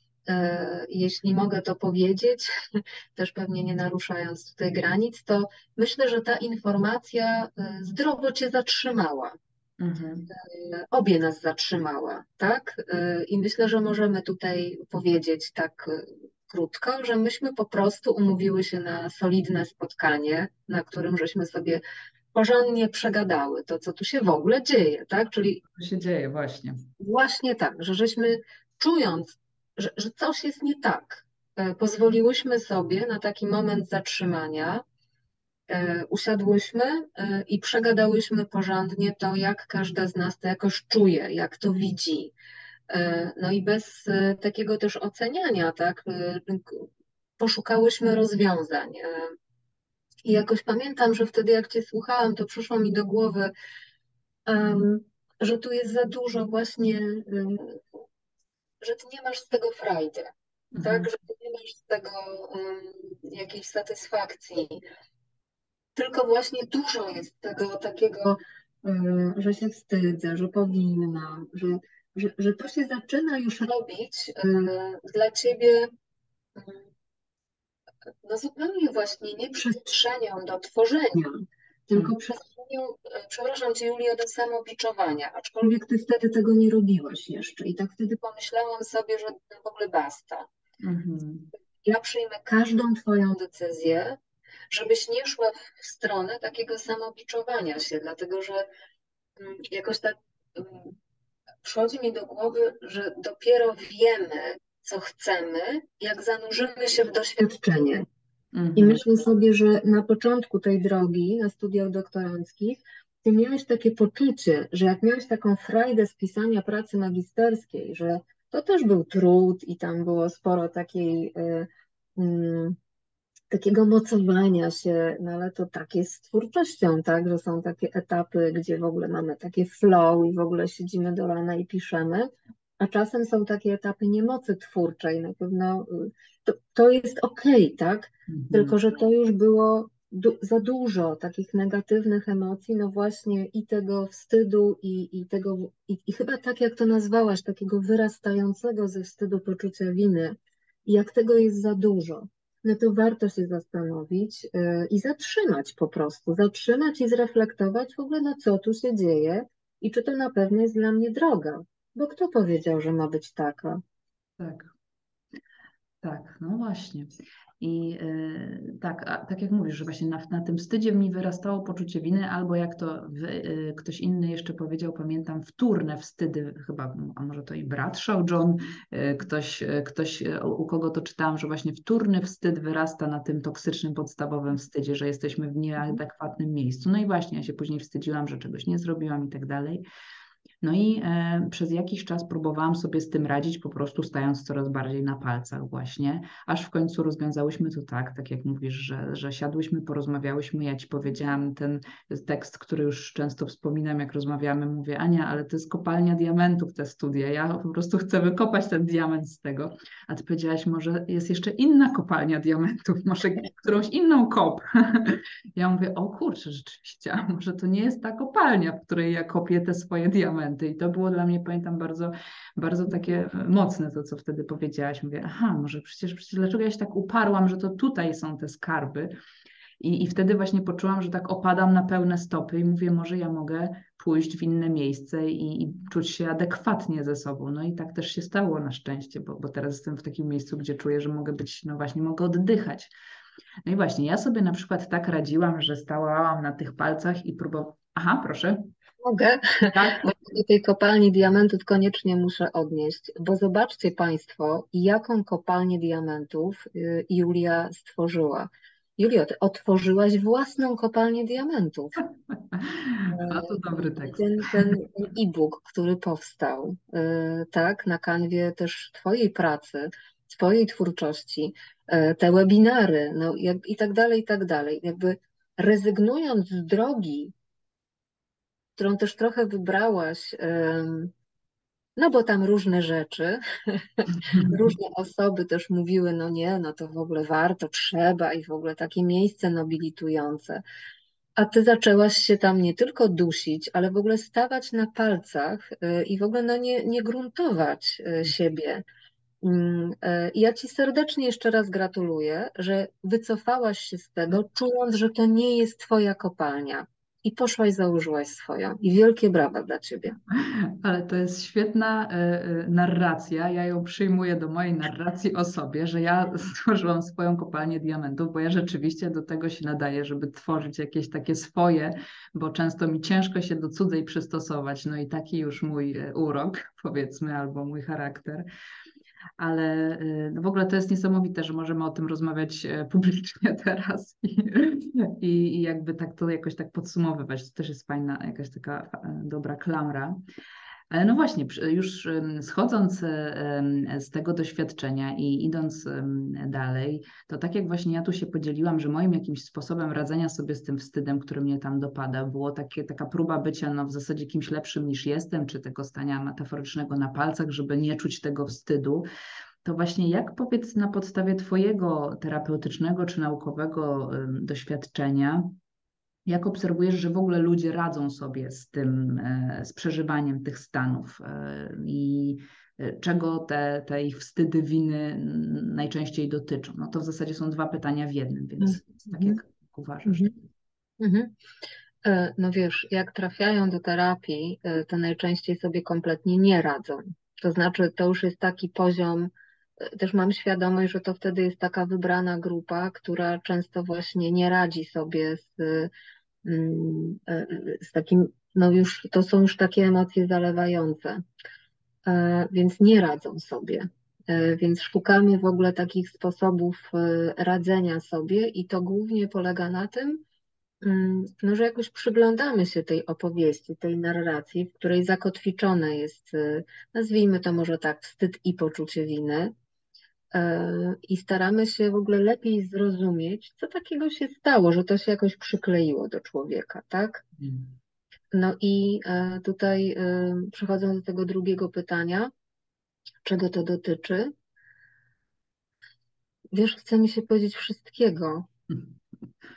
E, Jeśli mogę to powiedzieć, też pewnie nie naruszając tutaj granic, to myślę, że ta informacja e, zdrowo cię zatrzymała. Mhm. E, Obie nas zatrzymała, tak? E, I myślę, że możemy tutaj powiedzieć tak e, krótko, że myśmy po prostu umówiły się na solidne spotkanie, na którym żeśmy sobie porządnie przegadały to, co tu się w ogóle dzieje, tak? Czyli Co się dzieje właśnie. właśnie tak, że żeśmy czując, że, że coś jest nie tak, e, pozwoliłyśmy sobie na taki moment zatrzymania, e, usiadłyśmy e, i przegadałyśmy porządnie to, jak każda z nas to jakoś czuje, jak to widzi. E, No i bez e, takiego też oceniania, tak, e, poszukałyśmy rozwiązań. E, I jakoś pamiętam, że wtedy jak Cię słuchałam, to przyszło mi do głowy, em, że tu jest za dużo właśnie, em, że Ty nie masz z tego frajdy, Mhm. tak, że Ty nie masz z tego em, jakiejś satysfakcji, tylko właśnie dużo jest tego takiego, em, że się wstydzę, że powinna, że, że, że to się zaczyna już robić em, dla Ciebie no zupełnie właśnie nie przestrzenią do tworzenia, tylko Mhm. przestrzenią, e, przepraszam Cię Julia, do samobiczowania, aczkolwiek Ty wtedy tego nie robiłaś jeszcze i tak wtedy pomyślałam sobie, że w ogóle basta. Mhm. Ja przyjmę każdą Twoją decyzję, żebyś nie szła w stronę takiego samobiczowania się, dlatego że mm, jakoś tak mm, przychodzi mi do głowy, że dopiero wiemy, co chcemy, jak zanurzymy się w doświadczenie. I Mhm. myślę sobie, że na początku tej drogi, na studiach doktoranckich, ty miałeś takie poczucie, że jak miałeś taką frajdę z pisania pracy magisterskiej, że to też był trud i tam było sporo takiej, y, mm, takiego mocowania się, no ale to tak jest z twórczością, tak, że są takie etapy, gdzie w ogóle mamy takie flow i w ogóle siedzimy do rana i piszemy, a czasem są takie etapy niemocy twórczej, na pewno y, to, to jest okej, tak, Mhm. tylko że to już było du za dużo takich negatywnych emocji, no właśnie i tego wstydu i, i tego, i, i chyba tak jak to nazwałaś, takiego wyrastającego ze wstydu poczucia winy, i jak tego jest za dużo, no to warto się zastanowić yy, i zatrzymać po prostu, zatrzymać i zreflektować w ogóle, no co tu się dzieje i czy to na pewno jest dla mnie droga, bo kto powiedział, że ma być taka? Tak. Tak, no właśnie. I y, tak, a, tak jak mówisz, że właśnie na, na tym wstydzie mi wyrastało poczucie winy, albo jak to w, y, ktoś inny jeszcze powiedział, pamiętam, wtórne wstydy, chyba, a może to i Bradshaw John, y, ktoś, y, ktoś y, u, u kogo to czytałam, że właśnie wtórny wstyd wyrasta na tym toksycznym, podstawowym wstydzie, że jesteśmy w nieadekwatnym miejscu. No i właśnie, ja się później wstydziłam, że czegoś nie zrobiłam i tak dalej. No i e, przez jakiś czas próbowałam sobie z tym radzić, po prostu stając coraz bardziej na palcach właśnie, aż w końcu rozwiązałyśmy to tak, tak jak mówisz, że, że siadłyśmy, porozmawiałyśmy, ja ci powiedziałam ten tekst, który już często wspominam, jak rozmawiamy, mówię, Ania, ale to jest kopalnia diamentów te studia, ja po prostu chcę wykopać ten diament z tego, a ty powiedziałaś, może jest jeszcze inna kopalnia diamentów, może którąś inną kop. Ja mówię, o kurczę, rzeczywiście, a może to nie jest ta kopalnia, w której ja kopię te swoje diamenty. I to było dla mnie, pamiętam, bardzo, bardzo takie mocne to, co wtedy powiedziałaś. Mówię, aha, może przecież, przecież dlaczego ja się tak uparłam, że to tutaj są te skarby. I, I wtedy właśnie poczułam, że tak opadam na pełne stopy i mówię, może ja mogę pójść w inne miejsce i, i czuć się adekwatnie ze sobą. No i tak też się stało na szczęście, bo, bo teraz jestem w takim miejscu, gdzie czuję, że mogę być, no właśnie, mogę oddychać. No i właśnie, ja sobie na przykład tak radziłam, że stałam na tych palcach i próbowałam. Aha, proszę. Mogę, Tak. bo do tej kopalni diamentów koniecznie muszę odnieść, bo zobaczcie Państwo, jaką kopalnię diamentów y, Julia stworzyła. Julio, ty otworzyłaś własną kopalnię diamentów. A to dobry tekst. Ten, ten, ten e-book, który powstał, y, tak, na kanwie też Twojej pracy, Twojej twórczości, y, te webinary, no, jak, i tak dalej, i tak dalej. Jakby rezygnując z drogi, którą też trochę wybrałaś, no bo tam różne rzeczy, różne osoby też mówiły, no nie, no to w ogóle warto, trzeba i w ogóle takie miejsce nobilitujące. A ty zaczęłaś się tam nie tylko dusić, ale w ogóle stawać na palcach y, i w ogóle no nie, nie gruntować y, siebie. Mm, y, I ja ci serdecznie jeszcze raz gratuluję, że wycofałaś się z tego, czując, że to nie jest twoja kopalnia. I poszłaś, założyłaś swoją. I wielkie brawa dla ciebie. Ale to jest świetna e, e, narracja. Ja ją przyjmuję do mojej narracji o sobie, że ja stworzyłam swoją kopalnię diamentów, bo ja rzeczywiście do tego się nadaję, żeby tworzyć jakieś takie swoje, bo często mi ciężko się do cudzej przystosować. No i taki już mój e, urok, powiedzmy, albo mój charakter. Ale y, no w ogóle to jest niesamowite, że możemy o tym rozmawiać e, publicznie teraz i, i, i jakby tak to jakoś tak podsumowywać. To też jest fajna, jakaś taka e, dobra klamra. Ale no właśnie, przy- już em, schodząc e, em, z tego doświadczenia i idąc em, dalej, to tak jak właśnie ja tu się podzieliłam, że moim jakimś sposobem radzenia sobie z tym wstydem, który mnie tam dopada, było takie, taka próba bycia no, w zasadzie kimś lepszym niż jestem, czy tego stania metaforycznego na palcach, żeby nie czuć tego wstydu. To właśnie jak, powiedz, na podstawie Twojego terapeutycznego czy naukowego em, doświadczenia, jak obserwujesz, że w ogóle ludzie radzą sobie z tym, e, z przeżywaniem tych stanów e, i e, czego te, te ich wstydy, winy n- najczęściej dotyczą? No to w zasadzie są dwa pytania w jednym, więc tak Mhm, jak uważasz. mhm, mhm. E, No wiesz, jak trafiają do terapii, e, to najczęściej sobie kompletnie nie radzą. To znaczy, to już jest taki poziom, e, też mam świadomość, że to wtedy jest taka wybrana grupa, która często właśnie nie radzi sobie z, mm, e, z takim, no już, to są już takie emocje zalewające, E, więc nie radzą sobie. E, Więc szukamy w ogóle takich sposobów e, radzenia sobie i to głównie polega na tym, Mm, no, że jakoś przyglądamy się tej opowieści, tej narracji, w której zakotwiczone jest, y, nazwijmy to może tak, wstyd i poczucie winy, y, i staramy się w ogóle lepiej zrozumieć, co takiego się stało, że to się jakoś przykleiło do człowieka, tak? Mm. No i y, tutaj y, przechodząc do tego drugiego pytania, czego to dotyczy? Wiesz, chce mi się powiedzieć wszystkiego.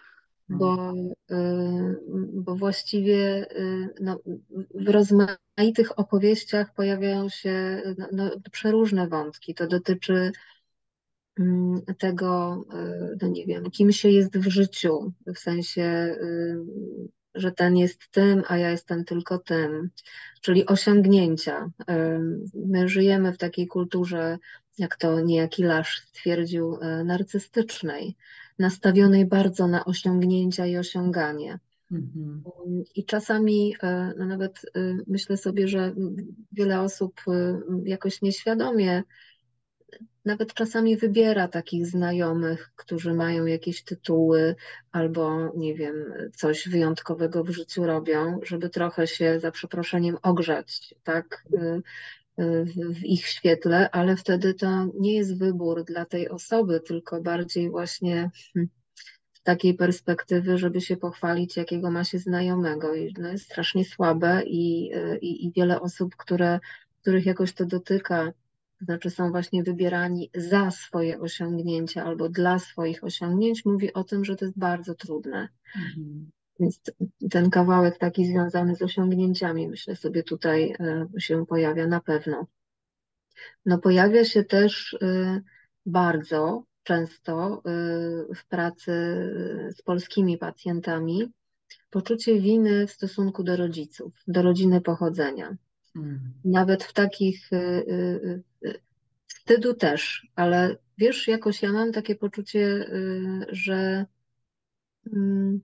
bo, y, bo właściwie y, no, w rozmaitych opowieściach pojawiają się no, no, przeróżne wątki. To dotyczy mm, tego, y, no nie wiem, kim się jest w życiu, w sensie, y, że ten jest tym, a ja jestem tylko tym, czyli osiągnięcia. Y, My żyjemy w takiej kulturze, jak to niejaki Lasch stwierdził, y, narcystycznej, nastawionej bardzo na osiągnięcia i osiąganie. Mhm. I czasami y, no nawet y, myślę sobie, że wiele osób y, jakoś nieświadomie nawet czasami wybiera takich znajomych, którzy mają jakieś tytuły albo, nie wiem, coś wyjątkowego w życiu robią, żeby trochę się, za przeproszeniem, ogrzać, tak, y, y, w w ich świetle, ale wtedy to nie jest wybór dla tej osoby, tylko bardziej właśnie hmm, z takiej perspektywy, żeby się pochwalić, jakiego ma się znajomego. I no jest strasznie słabe i, y, i, i wiele osób, które, których jakoś to dotyka, to znaczy są właśnie wybierani za swoje osiągnięcia albo dla swoich osiągnięć, mówi o tym, że to jest bardzo trudne. Mhm. Więc t- ten kawałek taki związany z osiągnięciami, myślę sobie, tutaj y, się pojawia na pewno. No pojawia się też y, bardzo często y, w pracy y, z polskimi pacjentami poczucie winy w stosunku do rodziców, do rodziny pochodzenia. Mhm. Nawet w takich y, y, y, wstydu też, ale wiesz, jakoś ja mam takie poczucie, y, że mm,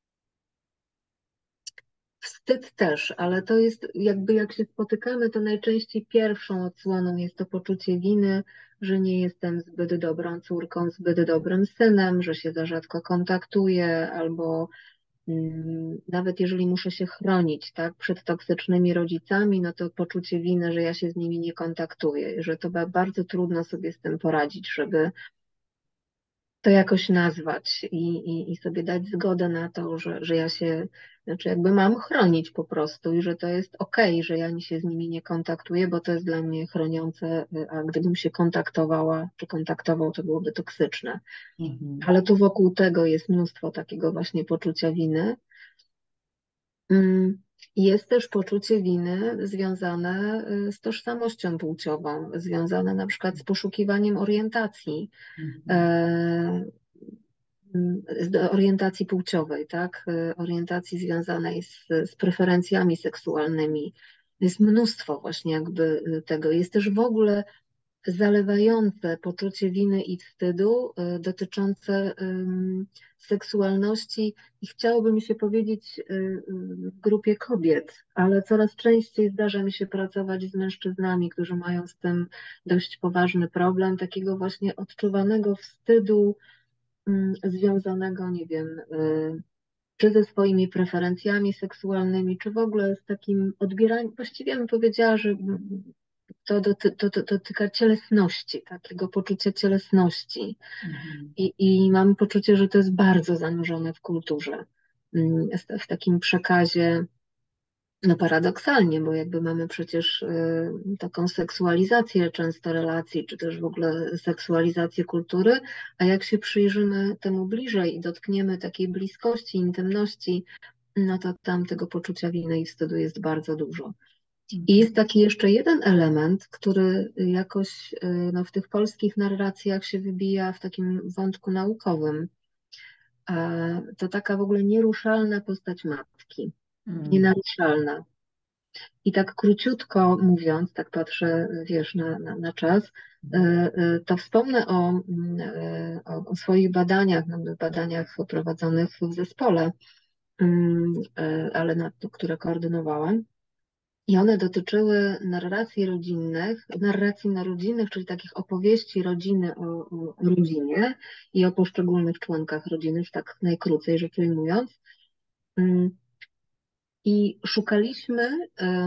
wstyd też, ale to jest jakby jak się spotykamy, to najczęściej pierwszą odsłoną jest to poczucie winy, że nie jestem zbyt dobrą córką, zbyt dobrym synem, że się za rzadko kontaktuję, albo mm, nawet jeżeli muszę się chronić, tak, przed toksycznymi rodzicami, no to poczucie winy, że ja się z nimi nie kontaktuję, że to ba- bardzo trudno sobie z tym poradzić, żeby to jakoś nazwać i, i, i sobie dać zgodę na to, że, że ja się, znaczy jakby mam chronić po prostu i że to jest okej, że ja się z nimi nie kontaktuję, bo to jest dla mnie chroniące, a gdybym się kontaktowała czy kontaktował, to byłoby toksyczne. Mhm. Ale tu wokół tego jest mnóstwo takiego właśnie poczucia winy. Mm, Jest też poczucie winy związane y, z tożsamością płciową, związane na przykład z poszukiwaniem orientacji. Mhm. E, z orientacji płciowej, tak? Orientacji związanej z, z preferencjami seksualnymi. Jest mnóstwo właśnie jakby tego. Jest też w ogóle zalewające poczucie winy i wstydu y, dotyczące ym, seksualności i chciałoby mi się powiedzieć y, y, w grupie kobiet, ale coraz częściej zdarza mi się pracować z mężczyznami, którzy mają z tym dość poważny problem, takiego właśnie odczuwanego wstydu, mm, związanego, nie wiem, y, czy ze swoimi preferencjami seksualnymi, czy w ogóle z takim odbieraniem, właściwie bym powiedziała, że to, doty, to, to dotyka cielesności, takiego poczucia cielesności. Mhm. I, I mam poczucie, że to jest bardzo zanurzone w kulturze, mm, w takim przekazie. No paradoksalnie, bo jakby mamy przecież y, taką seksualizację często relacji, czy też w ogóle seksualizację kultury, a jak się przyjrzymy temu bliżej i dotkniemy takiej bliskości, intymności, no to tam tego poczucia winy i wstydu jest bardzo dużo. I Mhm. jest taki jeszcze jeden element, który jakoś y, no, w tych polskich narracjach się wybija w takim wątku naukowym. A to taka w ogóle nieruszalna postać matki, Mhm. nienaruszalna. I tak króciutko mówiąc, tak patrzę, wiesz, na, na, na czas, y, y, to wspomnę o, y, o, o swoich badaniach, no, badaniach prowadzonych w zespole, y, y, ale na, które koordynowałam. I one dotyczyły narracji rodzinnych, narracji narodzinnych, czyli takich opowieści rodziny o, o, o rodzinie i o poszczególnych członkach rodziny, już tak najkrócej rzecz ujmując. Y, I szukaliśmy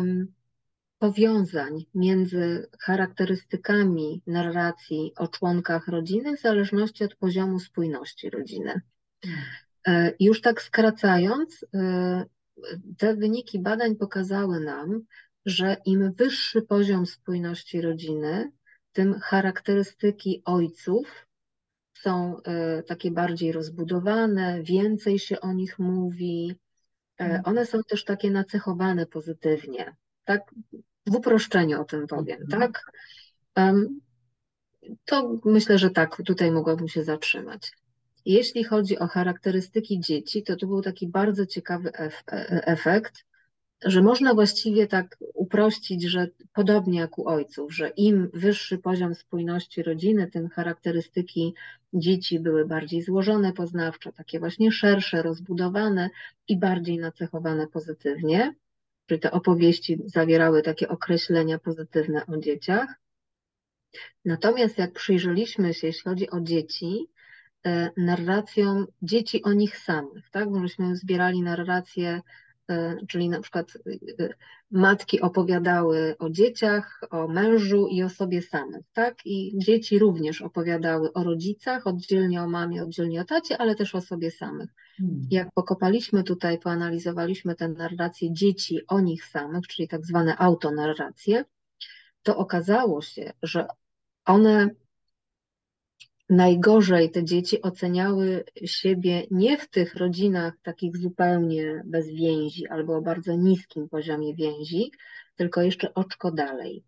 powiązań między charakterystykami narracji o członkach rodziny w zależności od poziomu spójności rodziny. Mhm. E, Już tak skracając, e, te wyniki badań pokazały nam, że im wyższy poziom spójności rodziny, tym charakterystyki ojców są takie bardziej rozbudowane, więcej się o nich mówi. One są też takie nacechowane pozytywnie. Tak, w uproszczeniu o tym powiem, Mhm. tak? To myślę, że tak, tutaj mogłabym się zatrzymać. Jeśli chodzi o charakterystyki dzieci, to tu był taki bardzo ciekawy efekt, że można właściwie tak uprościć, że podobnie jak u ojców, że im wyższy poziom spójności rodziny, tym charakterystyki dzieci były bardziej złożone poznawczo, takie właśnie szersze, rozbudowane i bardziej nacechowane pozytywnie, czyli te opowieści zawierały takie określenia pozytywne o dzieciach. Natomiast jak przyjrzeliśmy się, jeśli chodzi o dzieci, narracją dzieci o nich samych, tak? Bo żeśmy zbierali narracje, czyli na przykład matki opowiadały o dzieciach, o mężu i o sobie samych, tak? I dzieci również opowiadały o rodzicach, oddzielnie o mamie, oddzielnie o tacie, ale też o sobie samych. Hmm. Jak pokopaliśmy tutaj, poanalizowaliśmy te narracje dzieci o nich samych, czyli tak zwane autonarracje, to okazało się, że one najgorzej te dzieci oceniały siebie nie w tych rodzinach takich zupełnie bez więzi albo o bardzo niskim poziomie więzi, tylko jeszcze oczko dalej.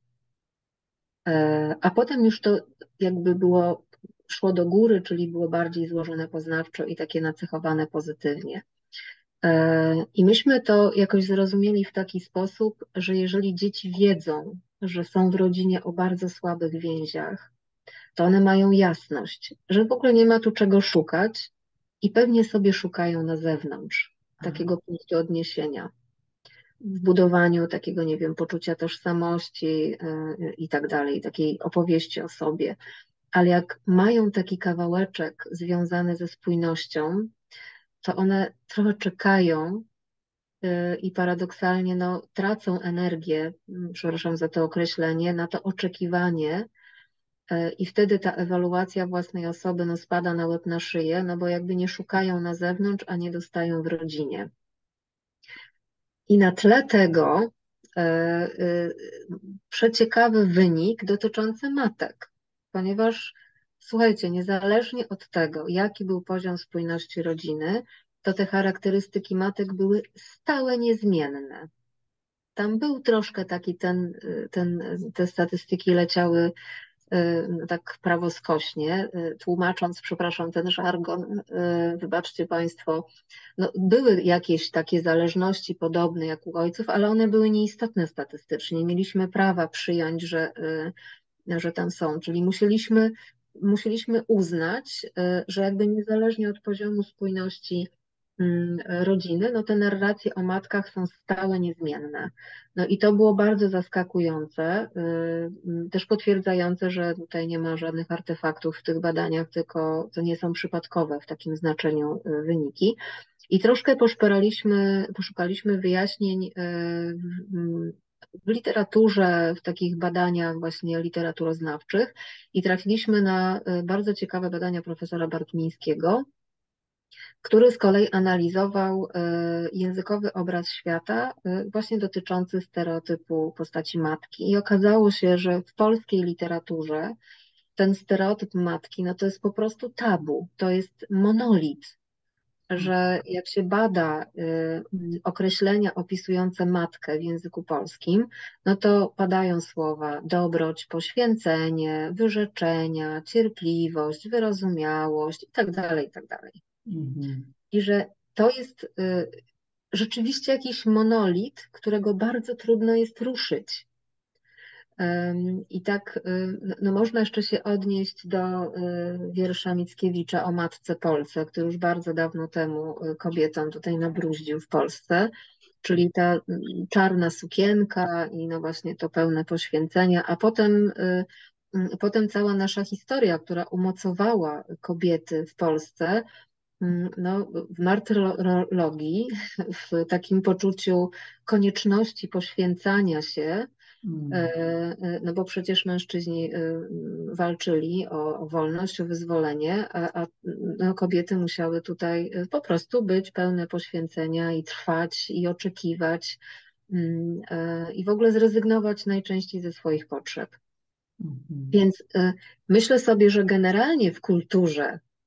A potem już to jakby było, szło do góry, czyli było bardziej złożone poznawczo i takie nacechowane pozytywnie. I myśmy to jakoś zrozumieli w taki sposób, że jeżeli dzieci wiedzą, że są w rodzinie o bardzo słabych więziach, to one mają jasność, że w ogóle nie ma tu czego szukać i pewnie sobie szukają na zewnątrz takiego punktu odniesienia w budowaniu takiego, nie wiem, poczucia tożsamości i tak dalej, takiej opowieści o sobie. Ale jak mają taki kawałeczek związany ze spójnością, to one trochę czekają i paradoksalnie no, tracą energię, przepraszam za to określenie, na to oczekiwanie. I wtedy ta ewaluacja własnej osoby no, spada na łeb na szyję, no bo jakby nie szukają na zewnątrz, a nie dostają w rodzinie. I na tle tego e, e, przeciekawy wynik dotyczący matek, ponieważ słuchajcie, niezależnie od tego, jaki był poziom spójności rodziny, to te charakterystyki matek były stałe niezmienne. Tam był troszkę taki ten, ten te statystyki leciały tak prawoskośnie, tłumacząc, przepraszam, ten żargon, wybaczcie Państwo, no, były jakieś takie zależności podobne jak u ojców, ale one były nieistotne statystycznie. Mieliśmy prawa przyjąć, że, że tam są, czyli musieliśmy, musieliśmy uznać, że jakby niezależnie od poziomu spójności rodziny, no te narracje o matkach są stałe, niezmienne. No i to było bardzo zaskakujące, też potwierdzające, że tutaj nie ma żadnych artefaktów w tych badaniach, tylko to nie są przypadkowe w takim znaczeniu wyniki. I troszkę poszperaliśmy, poszukaliśmy wyjaśnień w literaturze, w takich badaniach właśnie literaturoznawczych i trafiliśmy na bardzo ciekawe badania profesora Bartmińskiego, który z kolei analizował językowy obraz świata właśnie dotyczący stereotypu postaci matki. I okazało się, że w polskiej literaturze ten stereotyp matki, no to jest po prostu tabu, to jest monolit, że jak się bada określenia opisujące matkę w języku polskim, no to padają słowa dobroć, poświęcenie, wyrzeczenia, cierpliwość, wyrozumiałość i tak dalej, i tak dalej. I że to jest rzeczywiście jakiś monolit, którego bardzo trudno jest ruszyć. I tak no można jeszcze się odnieść do wiersza Mickiewicza o Matce Polce, który już bardzo dawno temu kobietom tutaj nabruździł w Polsce, czyli ta czarna sukienka i no właśnie to pełne poświęcenia, a potem, potem cała nasza historia, która umocowała kobiety w Polsce, no, w martyrologii, w takim poczuciu konieczności poświęcania się, no bo przecież mężczyźni walczyli o, o wolność, o wyzwolenie, a, a no, kobiety musiały tutaj po prostu być pełne poświęcenia i trwać i oczekiwać i w ogóle zrezygnować najczęściej ze swoich potrzeb. Mhm. Więc myślę sobie, że generalnie w kulturze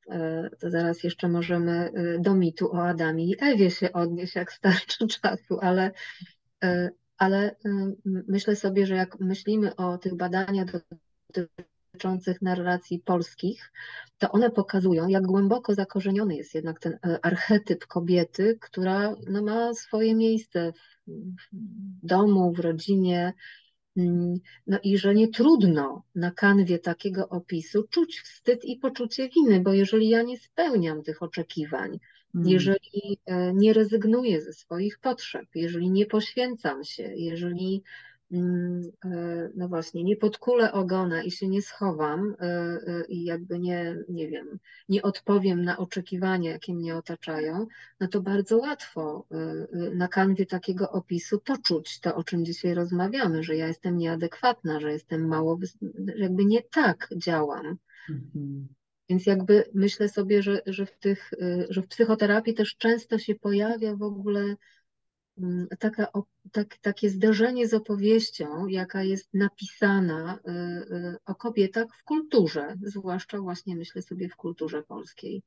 to zaraz jeszcze możemy do mitu o Adamie i Ewie się odnieść, jak starczy czasu, ale, ale myślę sobie, że jak myślimy o tych badaniach dotyczących narracji polskich, to one pokazują, jak głęboko zakorzeniony jest jednak ten archetyp kobiety, która no, ma swoje miejsce w domu, w rodzinie. No i że nie trudno na kanwie takiego opisu czuć wstyd i poczucie winy, bo jeżeli ja nie spełniam tych oczekiwań, mm. jeżeli nie rezygnuję ze swoich potrzeb, jeżeli nie poświęcam się, jeżeli no właśnie, nie podkulę ogona i się nie schowam i jakby nie, nie wiem, nie odpowiem na oczekiwania, jakie mnie otaczają, no to bardzo łatwo na kanwie takiego opisu poczuć to, o czym dzisiaj rozmawiamy, że ja jestem nieadekwatna, że jestem mało, jakby nie tak działam. Mhm. Więc jakby myślę sobie, że, że, w tych, że w psychoterapii też często się pojawia w ogóle Taka, tak, takie zderzenie z opowieścią, jaka jest napisana o kobietach w kulturze, zwłaszcza właśnie myślę sobie w kulturze polskiej.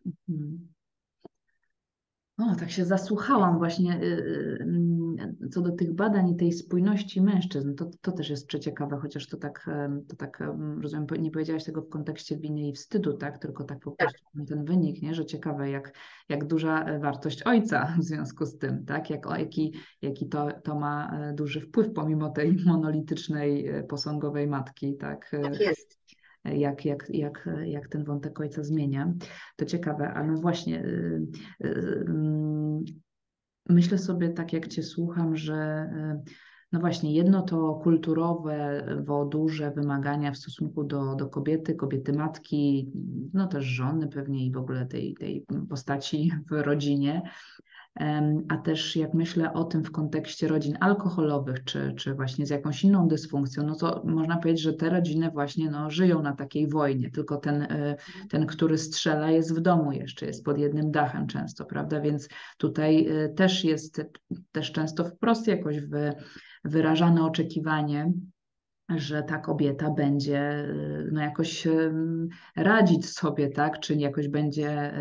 O, tak się zasłuchałam właśnie co do tych badań i tej spójności mężczyzn. To, to też jest przeciekawe, chociaż to tak, to tak, rozumiem, nie powiedziałaś tego w kontekście winy i wstydu, tak? Tylko tak po prostu ten wynik, nie? Że ciekawe, jak, jak duża wartość ojca w związku z tym, tak? Jak, o, jaki, jaki to, to ma duży wpływ pomimo tej monolitycznej, posągowej matki, tak? Tak jest. Jak, jak, jak, jak ten wątek ojca zmienia. To ciekawe, ale no właśnie yy, yy, myślę sobie tak, jak Cię słucham, że yy, no właśnie jedno to kulturowe, bo duże wymagania w stosunku do, do kobiety, kobiety matki, no też żony pewnie i w ogóle tej, tej postaci w rodzinie. A też jak myślę o tym w kontekście rodzin alkoholowych, czy, czy właśnie z jakąś inną dysfunkcją, no to można powiedzieć, że te rodziny właśnie no, żyją na takiej wojnie, tylko ten, ten, który strzela, jest w domu jeszcze, jest pod jednym dachem często, prawda? Więc tutaj też jest też często wprost jakoś wy, wyrażane oczekiwanie, że ta kobieta będzie no, jakoś radzić sobie, tak? Czy jakoś będzie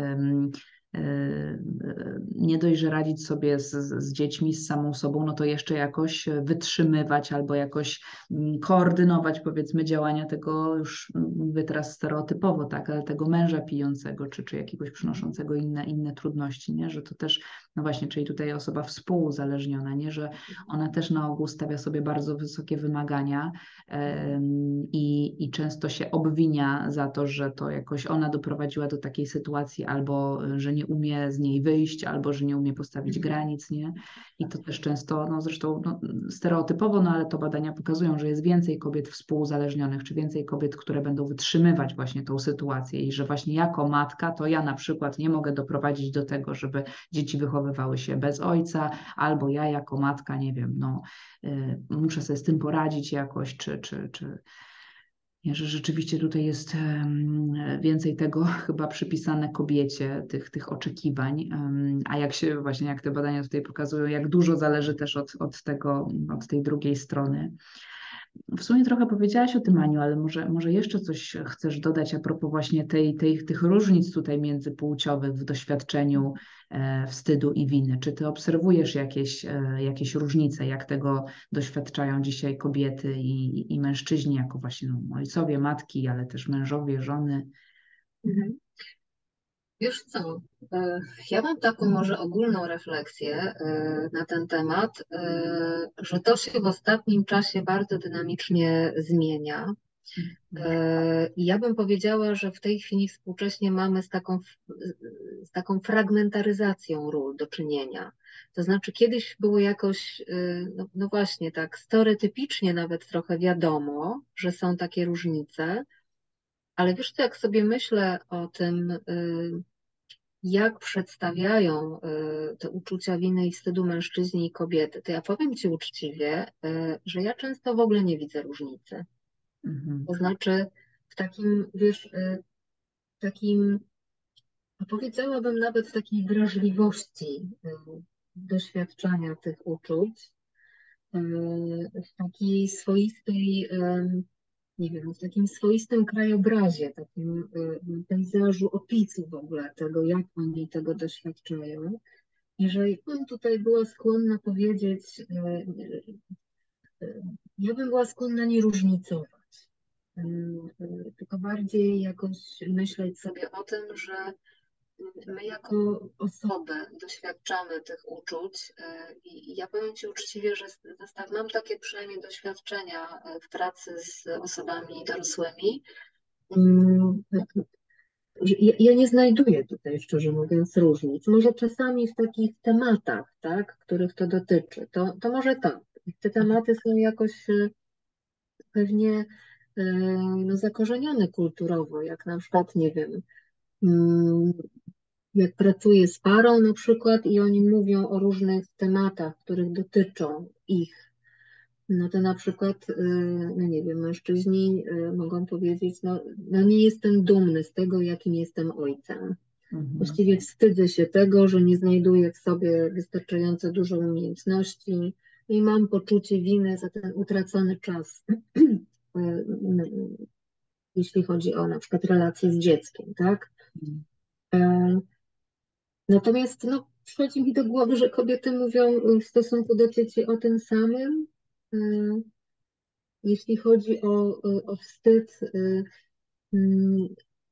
nie dość, że radzić sobie z, z dziećmi, z samą sobą, no to jeszcze jakoś wytrzymywać albo jakoś koordynować, powiedzmy, działania tego, już mówię teraz stereotypowo, tak, ale tego męża pijącego, czy, czy jakiegoś przynoszącego inne, inne trudności, nie? Że to też, no właśnie, czyli tutaj osoba współuzależniona, nie? Że ona też na ogół stawia sobie bardzo wysokie wymagania um, i, i często się obwinia za to, że to jakoś ona doprowadziła do takiej sytuacji, albo że nie umie z niej wyjść, albo że nie umie postawić granic, nie? I to też często, no zresztą no, stereotypowo, no ale to badania pokazują, że jest więcej kobiet współuzależnionych, czy więcej kobiet, które będą wytrzymywać właśnie tą sytuację i że właśnie jako matka, to ja na przykład nie mogę doprowadzić do tego, żeby dzieci wychowywały się bez ojca, albo ja jako matka, nie wiem, no y, muszę sobie z tym poradzić jakoś, czy, czy, czy że rzeczywiście tutaj jest więcej tego chyba przypisane kobiecie, tych, tych oczekiwań, a jak się właśnie, jak te badania tutaj pokazują, jak dużo zależy też od, od tego, od tej drugiej strony. W sumie trochę powiedziałaś o tym, Aniu, ale może, może jeszcze coś chcesz dodać a propos właśnie tej, tej, tych różnic tutaj międzypłciowych w doświadczeniu e, wstydu i winy. Czy ty obserwujesz jakieś, e, jakieś różnice, jak tego doświadczają dzisiaj kobiety i, i mężczyźni, jako właśnie no, ojcowie, matki, ale też mężowie, żony? Mhm. Wiesz co, ja mam taką może ogólną refleksję na ten temat, że to się w ostatnim czasie bardzo dynamicznie zmienia. I ja bym powiedziała, że w tej chwili współcześnie mamy z taką, z taką fragmentaryzacją ról do czynienia. To znaczy kiedyś było jakoś, no, no właśnie tak, stereotypicznie nawet trochę wiadomo, że są takie różnice, ale wiesz co, jak sobie myślę o tym, jak przedstawiają te uczucia winy i wstydu mężczyźni i kobiety, to ja powiem Ci uczciwie, że ja często w ogóle nie widzę różnicy. Mhm. To znaczy w takim, wiesz, takim, powiedziałabym nawet w takiej wrażliwości doświadczania tych uczuć, w takiej swoistej, nie wiem, w takim swoistym krajobrazie, takim y, pejzażu opisu w ogóle tego, jak oni tego doświadczają. I że ja bym tutaj była skłonna powiedzieć, y, y, y, ja bym była skłonna nie różnicować, y, y, tylko bardziej jakoś myśleć sobie o tym, że my jako osoby doświadczamy tych uczuć y, i ja powiem Ci uczciwie, że zestaw, mam takie przynajmniej doświadczenia y, w pracy z osobami dorosłymi. Mm, że Ja ja nie znajduję tutaj, szczerze mówiąc, różnic. Może czasami w takich tematach, tak, których to dotyczy, to, to może tak. Te tematy są jakoś y, pewnie y, no, zakorzenione kulturowo, jak na przykład, nie wiem, mm, jak pracuję z parą na przykład i oni mówią o różnych tematach, których dotyczą ich, no to na przykład, y, no nie wiem, mężczyźni y, mogą powiedzieć, no, no nie jestem dumny z tego, jakim jestem ojcem. Mhm. Właściwie wstydzę się tego, że nie znajduję w sobie wystarczająco dużo umiejętności i mam poczucie winy za ten utracony czas, y, jeśli chodzi o na przykład relacje z dzieckiem, tak? E, Natomiast no, przychodzi mi do głowy, że kobiety mówią w stosunku do dzieci o tym samym. E, Jeśli chodzi o, o wstyd, e, mm,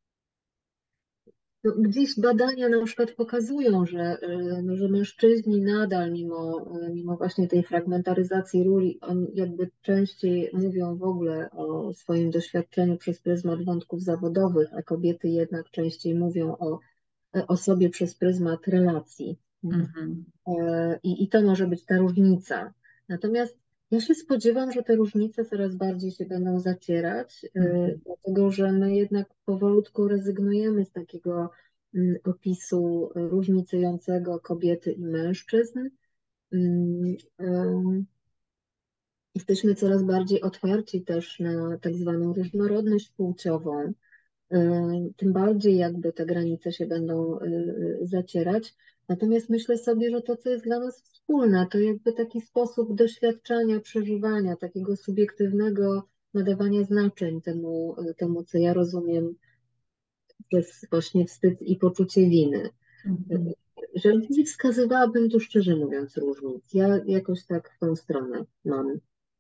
no, gdzieś badania na przykład pokazują, że, e, no, że mężczyźni nadal, mimo, e, mimo właśnie tej fragmentaryzacji ról, oni jakby częściej mówią w ogóle o swoim doświadczeniu przez pryzmat wątków zawodowych, a kobiety jednak częściej mówią o, o sobie przez pryzmat relacji. Mhm. E, I, I to może być ta różnica. Natomiast ja się spodziewam, że te różnice coraz bardziej się będą zacierać, e, Mhm. dlatego że my jednak powolutku rezygnujemy z takiego mm, opisu różnicującego kobiety i mężczyzn. Mm, em, Jesteśmy coraz bardziej otwarci też na tak zwaną różnorodność płciową. Y, tym bardziej jakby te granice się będą y, zacierać. Natomiast myślę sobie, że to, co jest dla nas wspólne, to jakby taki sposób doświadczania, przeżywania, takiego subiektywnego nadawania znaczeń temu, temu co ja rozumiem przez właśnie wstyd i poczucie winy. Mhm. Że nie wskazywałabym tu szczerze mówiąc różnic. Ja jakoś tak w tą stronę mam.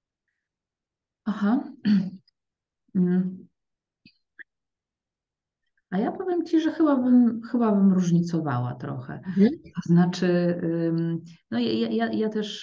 Aha. Mm. A ja powiem Ci, że chyba bym, chyba bym różnicowała trochę. Mhm. To znaczy, ym, no ja, ja, ja też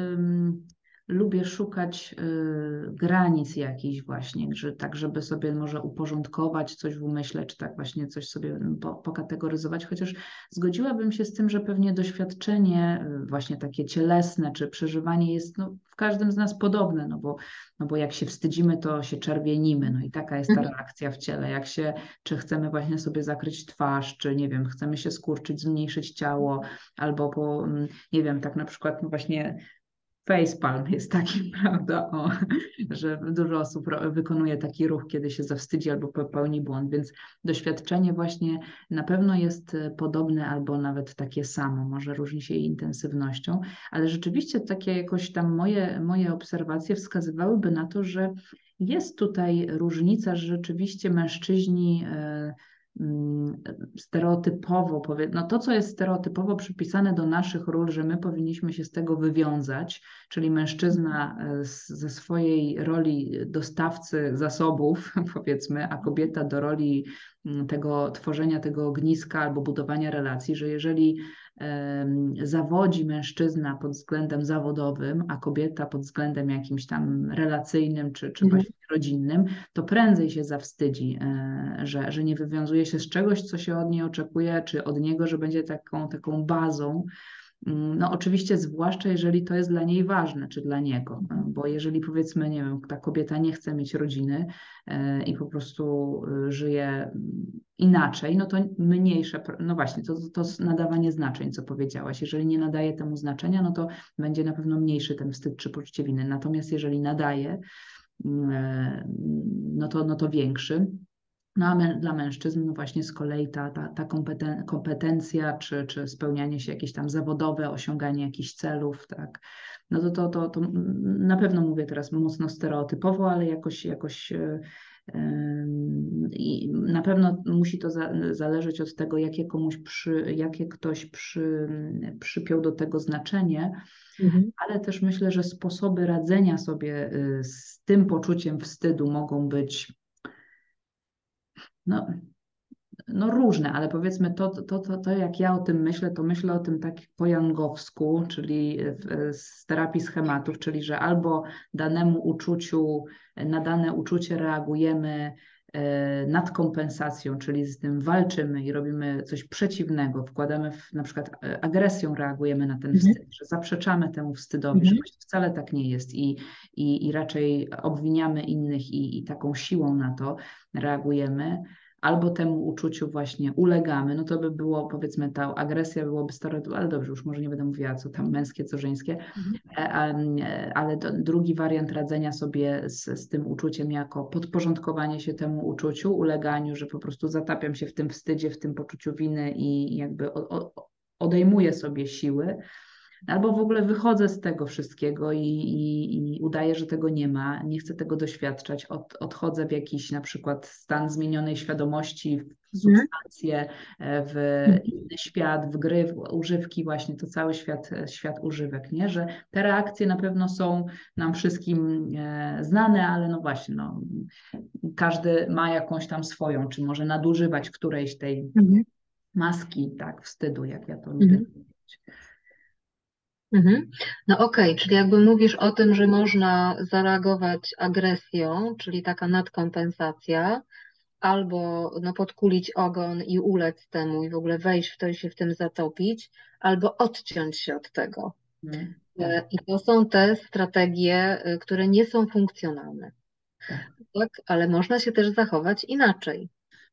ym, lubię szukać y, granic jakichś właśnie, że, tak żeby sobie może uporządkować coś w umyśle, czy tak właśnie coś sobie po, pokategoryzować, chociaż zgodziłabym się z tym, że pewnie doświadczenie y, właśnie takie cielesne, czy przeżywanie jest no, w każdym z nas podobne, no bo, no bo jak się wstydzimy, to się czerwienimy, no i taka jest ta Mhm. reakcja w ciele. Jak się, czy chcemy właśnie sobie zakryć twarz, czy nie wiem, chcemy się skurczyć, zmniejszyć ciało, albo po, mm, nie wiem, tak na przykład no właśnie facepalm jest taki, prawda, o, że dużo osób ro- wykonuje taki ruch, kiedy się zawstydzi albo popełni błąd, więc doświadczenie właśnie na pewno jest e, podobne albo nawet takie samo, może różni się jej intensywnością, ale rzeczywiście takie jakoś tam moje, moje obserwacje wskazywałyby na to, że jest tutaj różnica, że rzeczywiście mężczyźni e, mm, stereotypowo, powie, no to, co jest stereotypowo przypisane do naszych ról, że my powinniśmy się z tego wywiązać, czyli mężczyzna e, z- ze swojej roli dostawcy zasobów, powiedzmy, a kobieta do roli mm, tego tworzenia tego ogniska albo budowania relacji, że jeżeli em, zawodzi mężczyzna pod względem zawodowym, a kobieta pod względem jakimś tam relacyjnym czy, czy Mhm. właśnie rodzinnym, to prędzej się zawstydzi, e, że, że nie wywiązuje się z czegoś, co się od niej oczekuje, czy od niego, że będzie taką, taką bazą. Mm, No oczywiście, zwłaszcza jeżeli to jest dla niej ważne, czy dla niego, e, bo jeżeli powiedzmy, nie wiem, ta kobieta nie chce mieć rodziny e, i po prostu e, żyje mm, inaczej, no to mniejsze, pr- no właśnie, to, to jest nadawanie znaczeń, co powiedziałaś. Jeżeli nie nadaje temu znaczenia, no to będzie na pewno mniejszy ten wstyd czy poczucie winy. Natomiast jeżeli nadaje, mm, e, no to, no to większy. No a mę- dla mężczyzn no właśnie z kolei ta, ta, ta kompeten- kompetencja, czy, czy spełnianie się jakieś tam zawodowe, osiąganie jakichś celów, tak. No to, to, to, to na pewno mówię teraz mocno stereotypowo, ale jakoś, jakoś e, em, i na pewno musi to za, zależeć od tego, jakie komuś przy, jakie ktoś przy, przypiął do tego znaczenie, Mhm. ale też myślę, że sposoby radzenia sobie y, z tym poczuciem wstydu mogą być no, no różne, ale powiedzmy to, to, to, to jak ja o tym myślę, to myślę o tym tak po jangowsku, czyli w, z terapii schematów, czyli że albo danemu uczuciu, na dane uczucie reagujemy e, nadkompensacją, czyli z tym walczymy i robimy coś przeciwnego, wkładamy w, na przykład e, agresją reagujemy na ten Mhm. wstyd, że zaprzeczamy temu wstydowi, że Mhm. właśnie wcale tak nie jest i, i, i raczej obwiniamy innych i, i taką siłą na to reagujemy albo temu uczuciu właśnie ulegamy, no to by było, powiedzmy, ta agresja byłoby stereotyp, ale dobrze, już może nie będę mówiła, co tam męskie, co żeńskie, Mhm. e, e, ale to, drugi wariant radzenia sobie z, z tym uczuciem jako podporządkowanie się temu uczuciu, uleganiu, że po prostu zatapiam się w tym wstydzie, w tym poczuciu winy i jakby o, o, odejmuję sobie siły. Albo w ogóle wychodzę z tego wszystkiego i, i, i udaję, że tego nie ma, nie chcę tego doświadczać, od, odchodzę w jakiś na przykład stan zmienionej świadomości, w Mhm. substancje, e, w Mhm. inny świat, w gry, w używki, właśnie to cały świat, świat używek, nie? Że te reakcje na pewno są nam wszystkim e, znane, ale no właśnie, no, każdy ma jakąś tam swoją, czy może nadużywać którejś tej Mhm. maski, tak, wstydu, jak ja to lubię Mhm. mówić. Mhm. No okej, czyli jakby mówisz o tym, że można zareagować agresją, czyli taka nadkompensacja, albo no, podkulić ogon i ulec temu i w ogóle wejść w to i się w tym zatopić, albo odciąć się od tego. Mm, tak, E, I to są te strategie, e, które nie są funkcjonalne, tak. tak? Ale można się też zachować inaczej,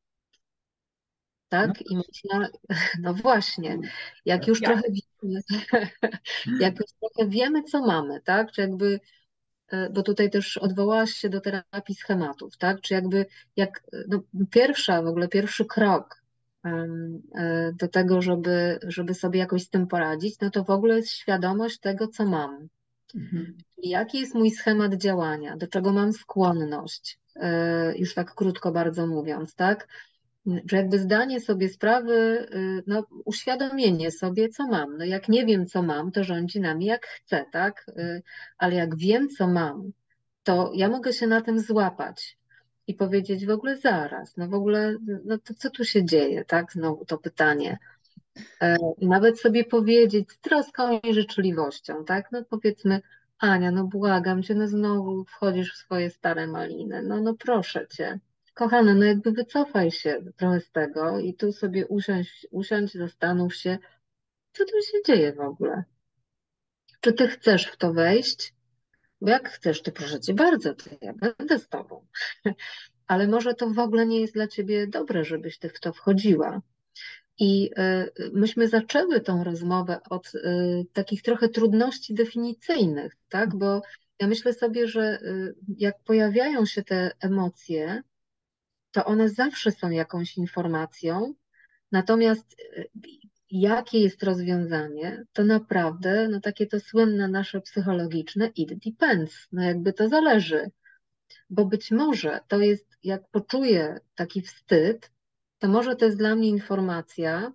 No tak? I można, no właśnie, jak teraz już trochę jak? wiemy, jak już trochę wiemy, co mamy, tak? Czy jakby e, bo tutaj też odwołałaś się do terapii schematów, tak? Czy jakby jak no, pierwsza, w ogóle pierwszy krok em, e, do tego, żeby, żeby sobie jakoś z tym poradzić, no to w ogóle jest świadomość tego, co mam. Mhm. Czyli jaki jest mój schemat działania, do czego mam skłonność, e, już tak krótko bardzo mówiąc, tak? Że jakby zdanie sobie sprawy, y, no, uświadomienie sobie, co mam. No jak nie wiem, co mam, to rządzi nami jak chcę, tak? Y, Ale jak wiem, co mam, to ja mogę się na tym złapać i powiedzieć w ogóle zaraz, no w ogóle, no to co tu się dzieje, tak? Znowu to pytanie. E, I nawet sobie powiedzieć z troską i życzliwością, tak? No powiedzmy, Ania, no błagam cię, no znowu wchodzisz w swoje stare maliny, no, no proszę cię. Kochana, no jakby wycofaj się trochę z tego i tu sobie usiądź, usiądź, zastanów się, co tu się dzieje w ogóle. Czy ty chcesz w to wejść? Bo jak chcesz, to proszę cię bardzo, to ja będę z tobą. Ale może to w ogóle nie jest dla ciebie dobre, żebyś ty w to wchodziła. I y, myśmy zaczęły tą rozmowę od y, takich trochę trudności definicyjnych, tak? Bo ja myślę sobie, że y, jak pojawiają się te emocje, to one zawsze są jakąś informacją, natomiast y, jakie jest rozwiązanie, to naprawdę, no takie to słynne nasze psychologiczne it depends, no jakby to zależy, bo być może to jest, jak poczuję taki wstyd, to może to jest dla mnie informacja,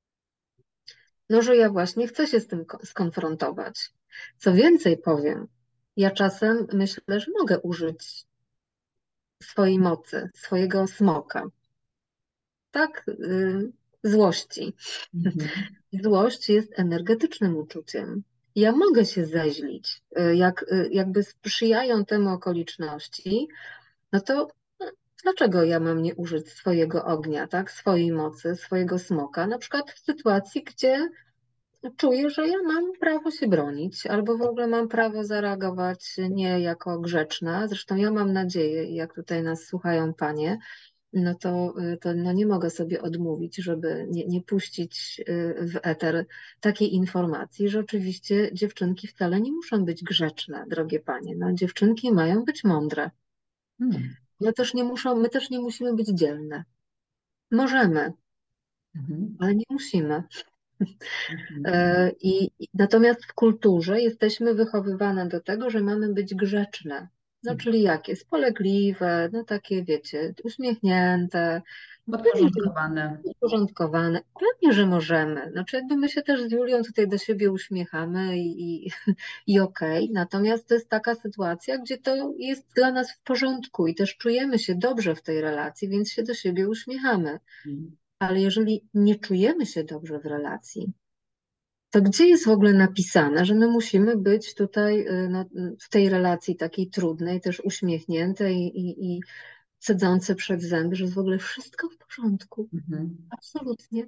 no, że ja właśnie chcę się z tym ko- skonfrontować. Co więcej powiem, ja czasem myślę, że mogę użyć swojej mocy, swojego smoka, tak? Y, Złości. Mhm. Złość jest energetycznym uczuciem. Ja mogę się zeźlić. Y, Jak, y, jakby sprzyjają temu okoliczności, no to no, dlaczego ja mam nie użyć swojego ognia, tak? Swojej mocy, swojego smoka, na przykład w sytuacji, gdzie czuję, że ja mam prawo się bronić, albo w ogóle mam prawo zareagować nie jako grzeczna. Zresztą ja mam nadzieję, i jak tutaj nas słuchają panie, no to, to no nie mogę sobie odmówić, żeby nie, nie puścić y, w eter takiej informacji, że oczywiście dziewczynki wcale nie muszą być grzeczne, drogie panie. No, dziewczynki mają być mądre. Hmm. my też nie muszą, my też nie musimy być dzielne. Możemy, Mhm. ale nie musimy. Mhm. E, I, i- natomiast w kulturze jesteśmy wychowywane do tego, że mamy być grzeczne. No, czyli jakie? Spolegliwe, no takie, wiecie, uśmiechnięte, pewnie, że Podporządkowane. uporządkowane. Pewnie, że możemy. Znaczy, jakby my się też z Julią tutaj do siebie uśmiechamy i, i, i okej. Natomiast to jest taka sytuacja, gdzie to jest dla nas w porządku i też czujemy się dobrze w tej relacji, więc się do siebie uśmiechamy. Mhm. Ale jeżeli nie czujemy się dobrze w relacji, to gdzie jest w ogóle napisane, że my musimy być tutaj y, no, w tej relacji takiej trudnej, też uśmiechnięte i, i, i cedzące przed zęby, że jest w ogóle wszystko w porządku? Mhm. Absolutnie.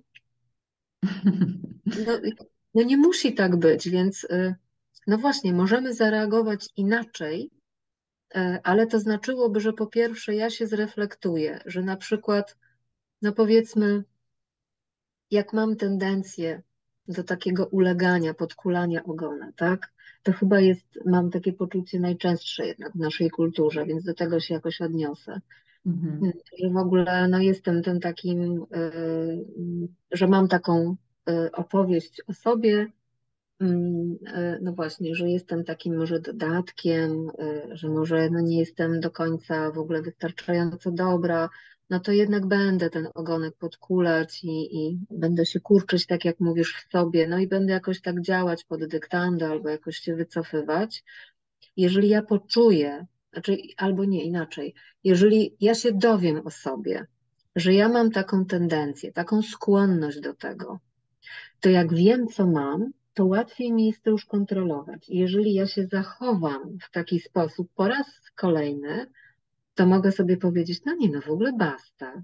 No, i- no nie musi tak być, więc y, no właśnie, możemy zareagować inaczej, y, ale to znaczyłoby, że po pierwsze ja się zreflektuję, że na przykład, no powiedzmy, jak mam tendencję do takiego ulegania, podkulania ogona, tak? To chyba jest, mam takie poczucie najczęstsze jednak w naszej kulturze, więc do tego się jakoś odniosę. Mhm. Hmm, Że w ogóle no, jestem tym takim, y, że mam taką y, opowieść o sobie, mm, y, no właśnie, że jestem takim może dodatkiem, y, że może no, nie jestem do końca w ogóle wystarczająco dobra, no to jednak będę ten ogonek podkulać i, i będę się kurczyć, tak jak mówisz, w sobie, no i będę jakoś tak działać pod dyktando albo jakoś się wycofywać. Jeżeli ja poczuję, znaczy, albo nie inaczej, jeżeli ja się dowiem o sobie, że ja mam taką tendencję, taką skłonność do tego, to jak wiem, co mam, to łatwiej mi jest to już kontrolować. I jeżeli ja się zachowam w taki sposób po raz kolejny, to mogę sobie powiedzieć, no nie, no w ogóle basta,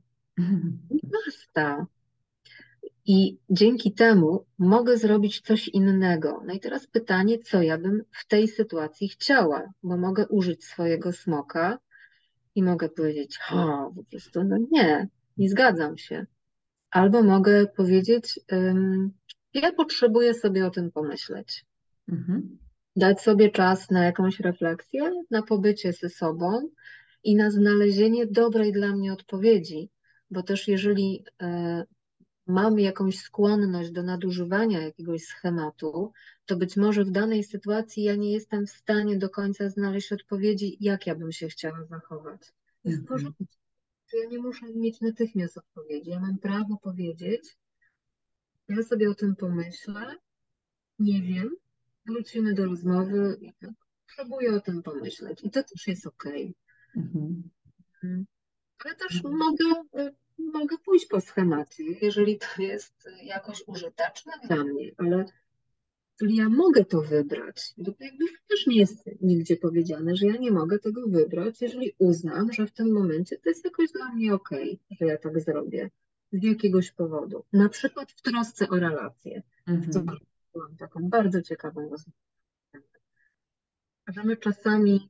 basta. I dzięki temu mogę zrobić coś innego. No i teraz pytanie, co ja bym w tej sytuacji chciała, bo mogę użyć swojego smoka i mogę powiedzieć, ha, po prostu, no nie, nie zgadzam się. Albo mogę powiedzieć, ym, ja potrzebuję sobie o tym pomyśleć. Mhm. Dać sobie czas na jakąś refleksję, na pobycie ze sobą i na znalezienie dobrej dla mnie odpowiedzi. Bo też jeżeli e, mam jakąś skłonność do nadużywania jakiegoś schematu, to być może w danej sytuacji ja nie jestem w stanie do końca znaleźć odpowiedzi, jak ja bym się chciała zachować. To jest w Mhm. porządku. To ja nie muszę mieć natychmiast odpowiedzi. Ja mam prawo powiedzieć, ja sobie o tym pomyślę, nie wiem, wrócimy do rozmowy i tak. Potrzebuję o tym pomyśleć. I to też jest okej. Mhm. Mm. Ale też mogę, y, mogę pójść po schemacie, jeżeli to jest y, jakoś użyteczne dla mnie, ale czyli ja mogę to wybrać. Bo to jakby też nie jest nigdzie powiedziane, że ja nie mogę tego wybrać, jeżeli uznam, że w tym momencie to jest jakoś dla mnie okej, że ja tak zrobię. Z jakiegoś powodu. Na przykład w trosce o relacje. Co Mhm. byłam taką bardzo ciekawą rozmową. Że my czasami,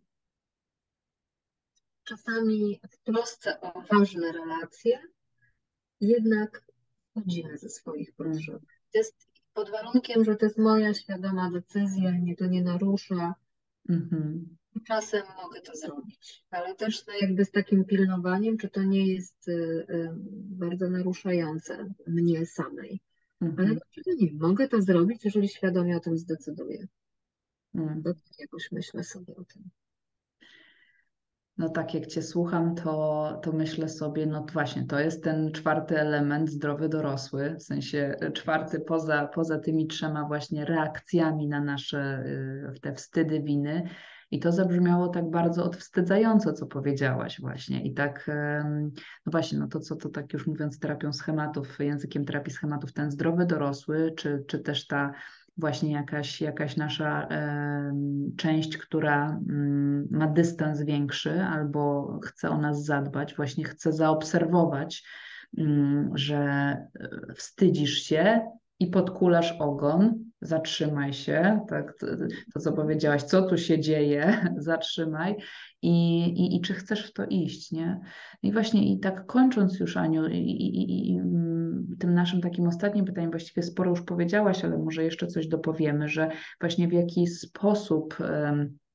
czasami w trosce o ważne relacje jednak chodzimy ze swoich Mhm. potrzeb. To jest pod warunkiem, że to jest moja świadoma decyzja, mnie to nie narusza. Mhm. Czasem mogę to zrobić, ale też no jakby z takim pilnowaniem, czy to nie jest y, y, bardzo naruszające mnie samej. Ale Mhm. dlaczego nie? Mogę to zrobić, jeżeli świadomie o tym zdecyduję. To Mhm. tak jakoś myślę sobie o tym. No tak, jak Cię słucham, to, to myślę sobie, no właśnie, to jest ten czwarty element, zdrowy dorosły, w sensie czwarty poza, poza tymi trzema właśnie reakcjami na nasze y, te wstydy, winy. I to zabrzmiało tak bardzo odwstydzająco, co powiedziałaś właśnie. I tak, em, no właśnie, no to co to tak już mówiąc terapią schematów, językiem terapii schematów, ten zdrowy dorosły, czy, czy też ta właśnie jakaś, jakaś nasza em, część, która mm, ma dystans większy albo chce o nas zadbać, właśnie chce zaobserwować, mm, że e, wstydzisz się i podkulasz ogon, zatrzymaj się, tak, to, to co powiedziałaś, co tu się dzieje, zatrzymaj i, i, i czy chcesz w to iść, nie? I właśnie i tak kończąc już, Aniu, i, i, i, i, mm, tym naszym takim ostatnim pytaniem, właściwie sporo już powiedziałaś, ale może jeszcze coś dopowiemy, że właśnie w jaki sposób em,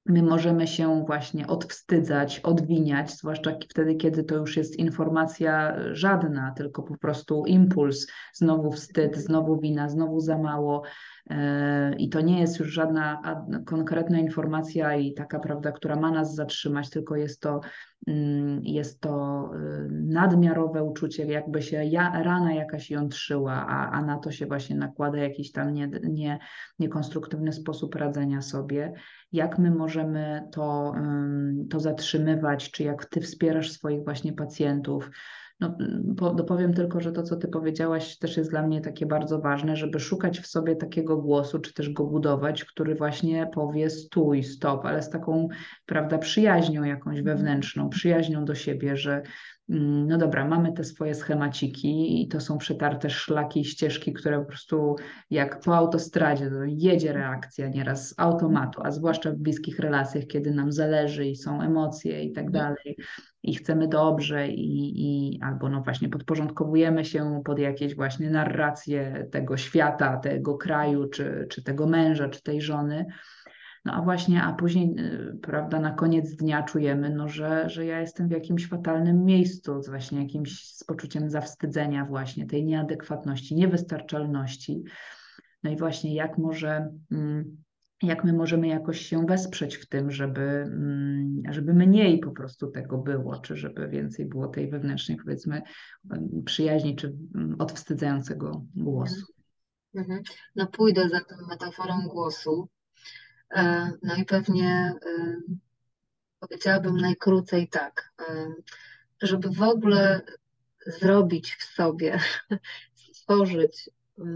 My możemy się właśnie odwstydzać, odwiniać, zwłaszcza wtedy, kiedy to już jest informacja żadna, tylko po prostu impuls, znowu wstyd, znowu wina, znowu za mało. I to nie jest już żadna konkretna informacja i taka prawda, która ma nas zatrzymać, tylko jest to, jest to nadmiarowe uczucie, jakby się ja, rana jakaś jątrzyła, a, a na to się właśnie nakłada jakiś tam nie, nie, niekonstruktywny sposób radzenia sobie. Jak my możemy to, to zatrzymywać, czy jak ty wspierasz swoich właśnie pacjentów? No, dopowiem tylko, że to, co ty powiedziałaś, też jest dla mnie takie bardzo ważne, żeby szukać w sobie takiego głosu, czy też go budować, który właśnie powie stój, stop, ale z taką, prawda, przyjaźnią jakąś wewnętrzną, przyjaźnią do siebie, że no dobra, mamy te swoje schemaciki i to są przetarte szlaki i ścieżki, które po prostu jak po autostradzie, to jedzie reakcja nieraz z automatu, a zwłaszcza w bliskich relacjach, kiedy nam zależy i są emocje i tak dalej i chcemy dobrze i, i albo no właśnie podporządkowujemy się pod jakieś właśnie narracje tego świata, tego kraju, czy, czy tego męża, czy tej żony. No a właśnie, a później, prawda, na koniec dnia czujemy, no, że, że ja jestem w jakimś fatalnym miejscu, z właśnie jakimś z poczuciem zawstydzenia właśnie, tej nieadekwatności, niewystarczalności. No i właśnie jak może, jak my możemy jakoś się wesprzeć w tym, żeby, żeby mniej po prostu tego było, czy żeby więcej było tej wewnętrznej, powiedzmy, przyjaźni, czy odwstydzającego głosu. Mhm. No pójdę za tą metaforą głosu. No i pewnie powiedziałabym najkrócej tak, żeby w ogóle zrobić w sobie, stworzyć,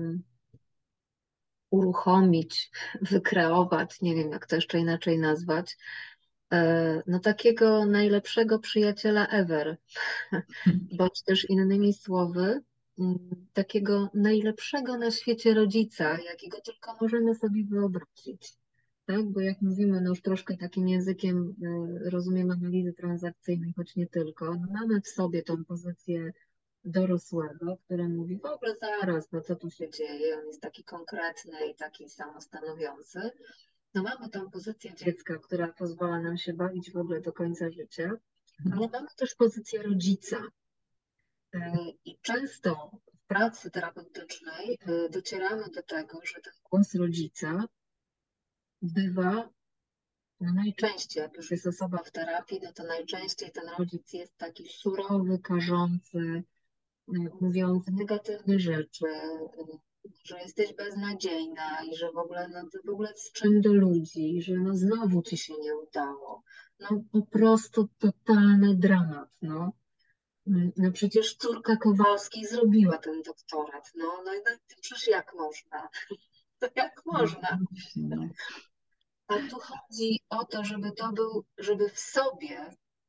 uruchomić, wykreować, nie wiem jak to jeszcze inaczej nazwać, no takiego najlepszego przyjaciela ever, bądź też innymi słowy, takiego najlepszego na świecie rodzica, jakiego tylko możemy sobie wyobrazić. Tak? Bo jak mówimy, no już troszkę takim językiem rozumiem analizy transakcyjnej, choć nie tylko, no mamy w sobie tą pozycję dorosłego, który mówi w ogóle zaraz, no co tu się dzieje, on jest taki konkretny i taki samostanowiący. No mamy tą pozycję dziecka, która pozwala nam się bawić w ogóle do końca życia, ale mamy też pozycję rodzica. I często w pracy terapeutycznej docieramy do tego, że ten głos rodzica bywa, no najczęściej, jak już jest osoba w terapii, no to najczęściej ten rodzic jest taki surowy, karzący, mówiący negatywne rzeczy, że jesteś beznadziejna i że w ogóle, no ty w ogóle z czym do ludzi, że no znowu ci się nie udało. No po prostu totalny dramat, no. No przecież córka Kowalskiej zrobiła ten doktorat, no, no i no, przecież jak można? To jak można? A tu chodzi o to, żeby to był, żeby w sobie,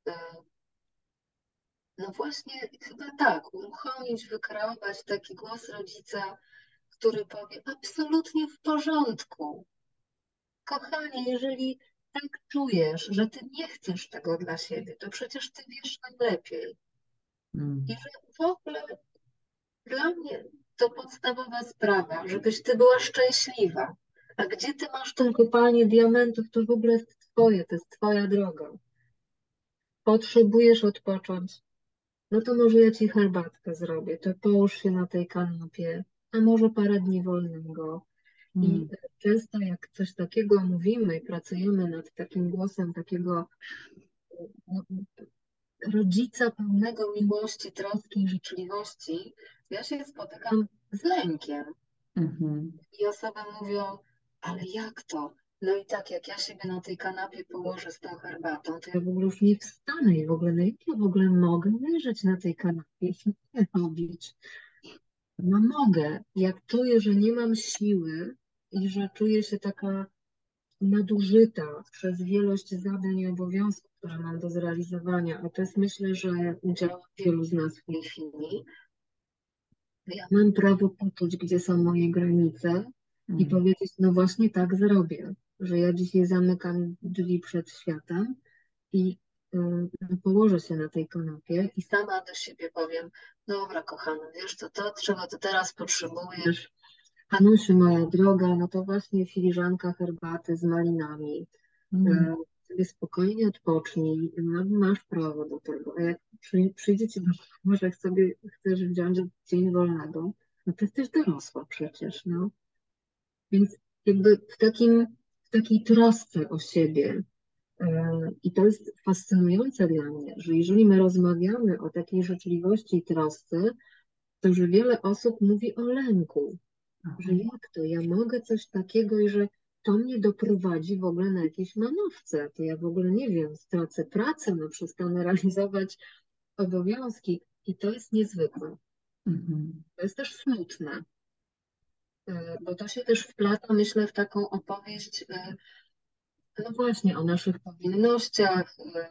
no właśnie chyba tak, uruchomić, wykreować taki głos rodzica, który powie absolutnie w porządku. Kochanie, jeżeli tak czujesz, że ty nie chcesz tego dla siebie, to przecież ty wiesz najlepiej. I że w ogóle dla mnie to podstawowa sprawa, żebyś ty była szczęśliwa. A gdzie ty masz tą kopalnię diamentów, to w ogóle jest twoje, to jest twoja droga. Potrzebujesz odpocząć, no to może ja ci herbatkę zrobię, to połóż się na tej kanapie, a może parę dni wolnego. I hmm. często jak coś takiego mówimy i pracujemy nad takim głosem takiego no, rodzica pełnego miłości, troski i życzliwości, ja się spotykam z lękiem. Mm-hmm. I osoby mówią, ale jak to? No i tak, jak ja siebie na tej kanapie położę z tą herbatą, to ja w ogóle już nie wstanę i w ogóle, no jak ja w ogóle mogę leżeć na tej kanapie i nie robić? No mogę, jak czuję, że nie mam siły i że czuję się taka nadużyta przez wielość zadań i obowiązków, które mam do zrealizowania, a to jest myślę, że działa wielu z nas w tej chwili. Ja mam prawo poczuć, gdzie są moje granice mm. i powiedzieć, no właśnie tak zrobię, że ja dzisiaj zamykam drzwi przed światem i y, położę się na tej kanapie i sama do siebie powiem, dobra kochana, wiesz co, to czego ty teraz potrzebujesz, Hanusiu moja droga, no to właśnie filiżanka herbaty z malinami, mm. y, sobie spokojnie odpocznij, no, masz prawo do tego, a jak przy, przyjdzie ci do głowy, że sobie chcesz wziąć dzień wolnego, no to jesteś dorosła przecież, no. Więc jakby w takim, w takiej trosce o siebie, e, i to jest fascynujące dla mnie, że jeżeli my rozmawiamy o takiej życzliwości i trosce, to że wiele osób mówi o lęku, że Mhm. jak to, ja mogę coś takiego i że to mnie doprowadzi w ogóle na jakieś manowce, to ja w ogóle nie wiem, stracę pracę, no przestanę realizować obowiązki i to jest niezwykłe. Mhm. To jest też smutne, e, bo to się też wplata, myślę, w taką opowieść, e, no właśnie, o naszych powinnościach, e,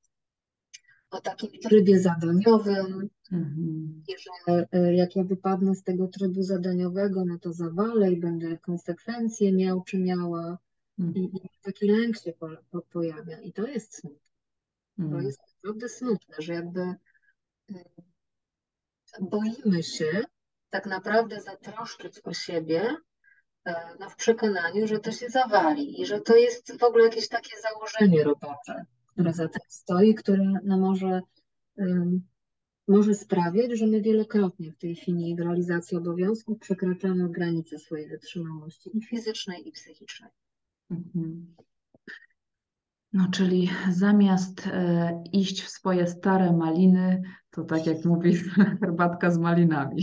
o takim trybie zadaniowym, Mhm. i że e, jak ja wypadnę z tego trybu zadaniowego, no to zawalę i będę konsekwencje miał czy miała. I, Mhm. i taki lęk się po, po, pojawia. I to jest smutne. To Mhm. jest naprawdę smutne, że jakby y, boimy się tak naprawdę zatroszczyć o siebie, e, no w przekonaniu, że to się zawali i że to jest w ogóle jakieś takie założenie robocze, które za tym stoi, które no może, ym, może sprawiać, że my wielokrotnie w tej chwili w realizacji obowiązków przekraczamy granice swojej wytrzymałości i fizycznej, i psychicznej. Mhm. No, czyli zamiast e, iść w swoje stare maliny, to tak jak mówisz, herbatka z malinami.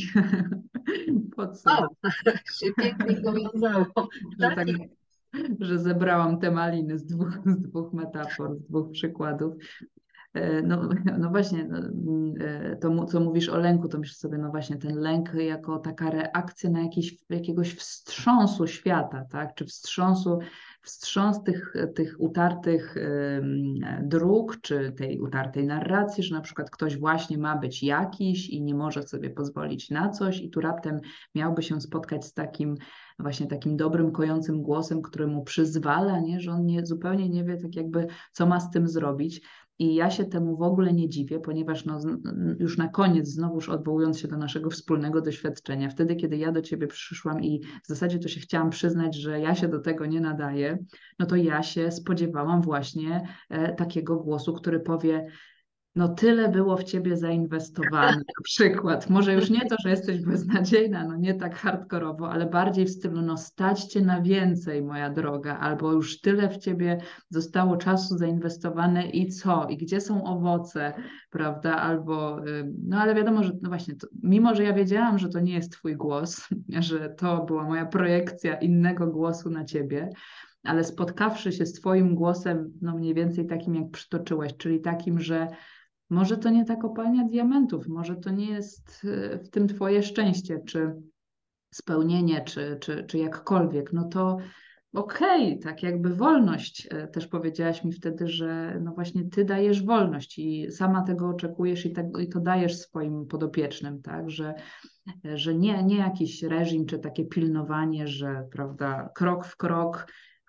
O, Podsum- się pięknie powiązało. że Tak. tak, że zebrałam te maliny z dwóch, z dwóch metafor, z dwóch przykładów. E, No, no właśnie, no, mm, e, to mu- co mówisz o lęku, to myślę sobie, no właśnie, ten lęk jako taka reakcja na jakiś, jakiegoś wstrząsu świata, tak? Czy wstrząsu, wstrząs tych, tych utartych em, dróg, czy tej utartej narracji, że na przykład ktoś właśnie ma być jakiś i nie może sobie pozwolić na coś i tu raptem miałby się spotkać z takim właśnie takim dobrym, kojącym głosem, który mu przyzwala, nie? Że on nie, zupełnie nie wie tak jakby, co ma z tym zrobić. I ja się temu w ogóle nie dziwię, ponieważ no, już na koniec, znowuż odwołując się do naszego wspólnego doświadczenia, wtedy, kiedy ja do ciebie przyszłam i w zasadzie to się chciałam przyznać, że ja się do tego nie nadaję, no to ja się spodziewałam właśnie e, takiego głosu, który powie, no tyle było w ciebie zainwestowane, na przykład. Może już nie to, że jesteś beznadziejna, no nie tak hardkorowo, ale bardziej w stylu, no stać cię na więcej, moja droga, albo już tyle w ciebie zostało czasu zainwestowane i co? I gdzie są owoce, prawda? Albo, ym, no ale wiadomo, że no właśnie, to, mimo że ja wiedziałam, że to nie jest twój głos, że to była moja projekcja innego głosu na ciebie, ale spotkawszy się z twoim głosem, no mniej więcej takim, jak przytoczyłeś, czyli takim, że może to nie ta kopalnia diamentów, może to nie jest y, w tym twoje szczęście, czy spełnienie, czy, czy, czy jakkolwiek, no to okej, tak jakby wolność. Y, Też powiedziałaś mi wtedy, że no właśnie ty dajesz wolność i sama tego oczekujesz i, tego, i to dajesz swoim podopiecznym, tak, że, że nie, nie jakiś reżim, czy takie pilnowanie, że prawda, krok w krok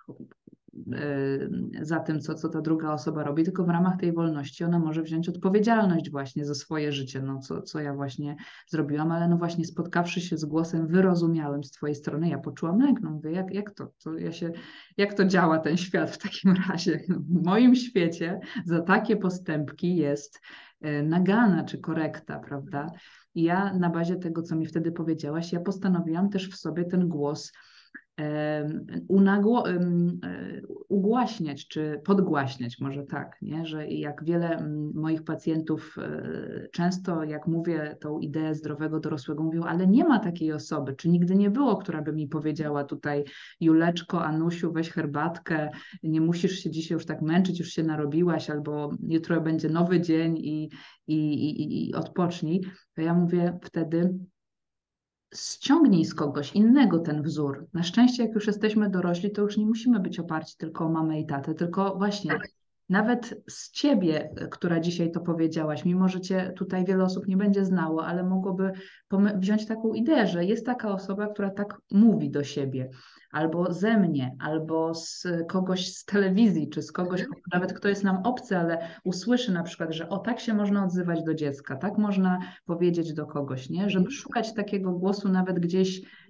za tym, co, co ta druga osoba robi, tylko w ramach tej wolności ona może wziąć odpowiedzialność właśnie za swoje życie, no co, co ja właśnie zrobiłam, ale no właśnie spotkawszy się z głosem wyrozumiałym z twojej strony, ja poczułam lęk, no mówię, jak, jak to, to ja się, jak to działa ten świat w takim razie? W moim świecie za takie postępki jest e, nagana czy korekta, prawda? I ja na bazie tego, co mi wtedy powiedziałaś, ja postanowiłam też w sobie ten głos unagło, ugłaśniać, czy podgłaśniać, może tak, nie? Że jak wiele moich pacjentów e, często, jak mówię tą ideę zdrowego dorosłego, mówią, ale nie ma takiej osoby, czy nigdy nie było, która by mi powiedziała tutaj, Juleczko, Anusiu, weź herbatkę, nie musisz się dzisiaj już tak męczyć, już się narobiłaś, albo jutro będzie nowy dzień i, i, i, i odpocznij. To ja mówię wtedy, ściągnij z kogoś innego ten wzór. Na szczęście, jak już jesteśmy dorośli, to już nie musimy być oparci tylko o mamę i tatę, tylko właśnie nawet z ciebie, która dzisiaj to powiedziałaś, mimo że cię tutaj wiele osób nie będzie znało, ale mogłoby wziąć taką ideę, że jest taka osoba, która tak mówi do siebie, albo ze mnie, albo z kogoś z telewizji, czy z kogoś, nawet kto jest nam obcy, ale usłyszy na przykład, że o tak się można odzywać do dziecka, tak można powiedzieć do kogoś, nie? Żeby szukać takiego głosu nawet gdzieś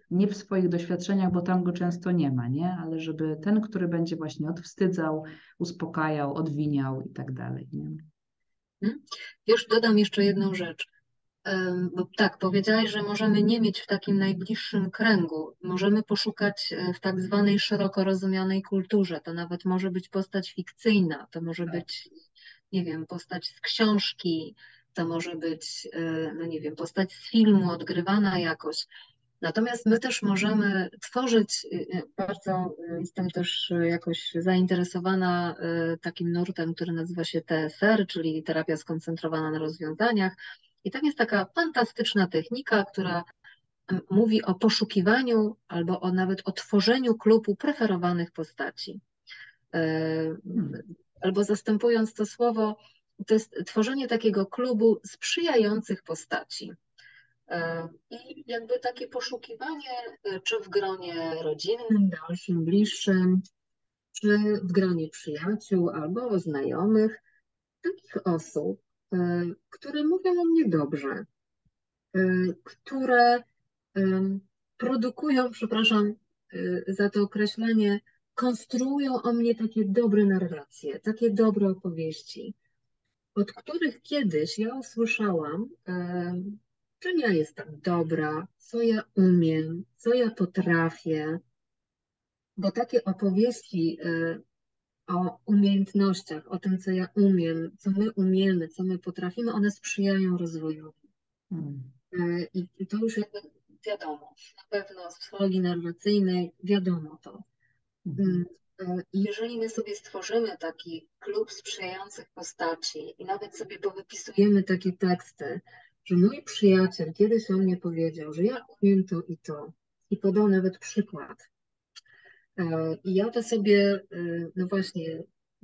nie w swoich doświadczeniach, bo tam go często nie ma, nie? Ale żeby ten, który będzie właśnie odwstydzał, uspokajał, odwiniał i tak dalej, nie? Hmm? Już dodam jeszcze jedną rzecz. Em, Bo tak, powiedziałaś, że możemy nie mieć w takim najbliższym kręgu. Możemy poszukać e, w tak zwanej szeroko rozumianej kulturze. To nawet może być postać fikcyjna, to może być, nie wiem, postać z książki, to może być, e, no nie wiem, postać z filmu odgrywana jakoś. Natomiast my też możemy tworzyć, y, y, bardzo y, jestem też y, jakoś zainteresowana y, takim nurtem, który nazywa się T S R, czyli terapia skoncentrowana na rozwiązaniach. I tam jest taka fantastyczna technika, która mm, mówi o poszukiwaniu albo o nawet o tworzeniu klubu preferowanych postaci. Y, Hmm. Albo zastępując to słowo, to jest tworzenie takiego klubu sprzyjających postaci. E, I jakby takie poszukiwanie, e, czy w gronie rodzinnym, dalszym, bliższym, czy w gronie przyjaciół albo znajomych, takich osób, e, które mówią o mnie dobrze, e, które em, produkują, przepraszam e, za to określenie, konstruują o mnie takie dobre narracje, takie dobre opowieści, od których kiedyś ja usłyszałam, em, że ja jestem dobra, co ja umiem, co ja potrafię, bo takie opowieści e, o umiejętnościach, o tym, co ja umiem, co my umiemy, co my potrafimy, one sprzyjają rozwojowi. Hmm. E, I i to już jakby wiadomo, na pewno z psychologii narracyjnej wiadomo to. Mhm. Mm, e, I jeżeli my sobie stworzymy taki klub sprzyjających postaci i nawet sobie powypisujemy takie teksty, że mój przyjaciel kiedyś o mnie powiedział, że ja umiem to i to, i podał nawet przykład. E, I ja to sobie, e, no właśnie,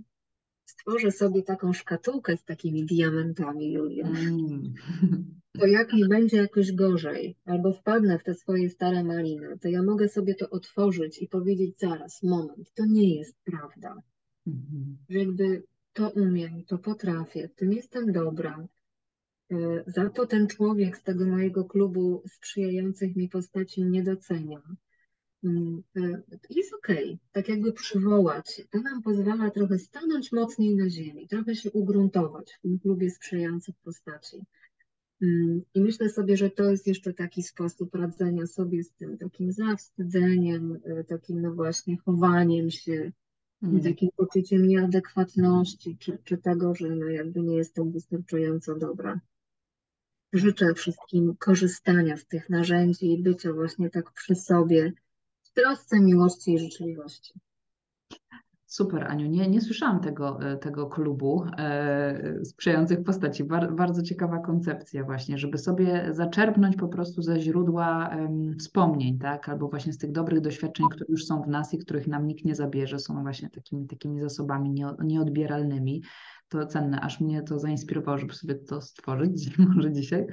stworzę sobie taką szkatułkę z takimi diamentami, Julia, Mm. to jak mi będzie jakoś gorzej, albo wpadnę w te swoje stare maliny, to ja mogę sobie to otworzyć i powiedzieć zaraz, moment, to nie jest prawda. Mhm. Że jakby to umiem, to potrafię, w tym jestem dobra. Y, Za to ten człowiek z tego mojego klubu sprzyjających mi postaci nie docenia. Mm, y, Jest okej, tak jakby przywołać. To nam pozwala trochę stanąć mocniej na ziemi, trochę się ugruntować w tym klubie sprzyjających postaci. Mm, I myślę sobie, że to jest jeszcze taki sposób radzenia sobie z tym takim zawstydzeniem, y, takim no właśnie chowaniem się, Mm. takim poczuciem nieadekwatności, czy, czy tego, że no jakby nie jestem wystarczająco dobra. Życzę wszystkim korzystania z tych narzędzi i bycia właśnie tak przy sobie, w trosce, miłości i życzliwości. Super, Aniu. Nie, nie słyszałam tego, e, tego klubu e, sprzyjających postaci. Bar, bardzo ciekawa koncepcja właśnie, żeby sobie zaczerpnąć po prostu ze źródła em, wspomnień, tak? Albo właśnie z tych dobrych doświadczeń, które już są w nas i których nam nikt nie zabierze, są właśnie takimi, takimi zasobami nie, nieodbieralnymi. To cenne, aż mnie to zainspirowało, żeby sobie to stworzyć może dzisiaj.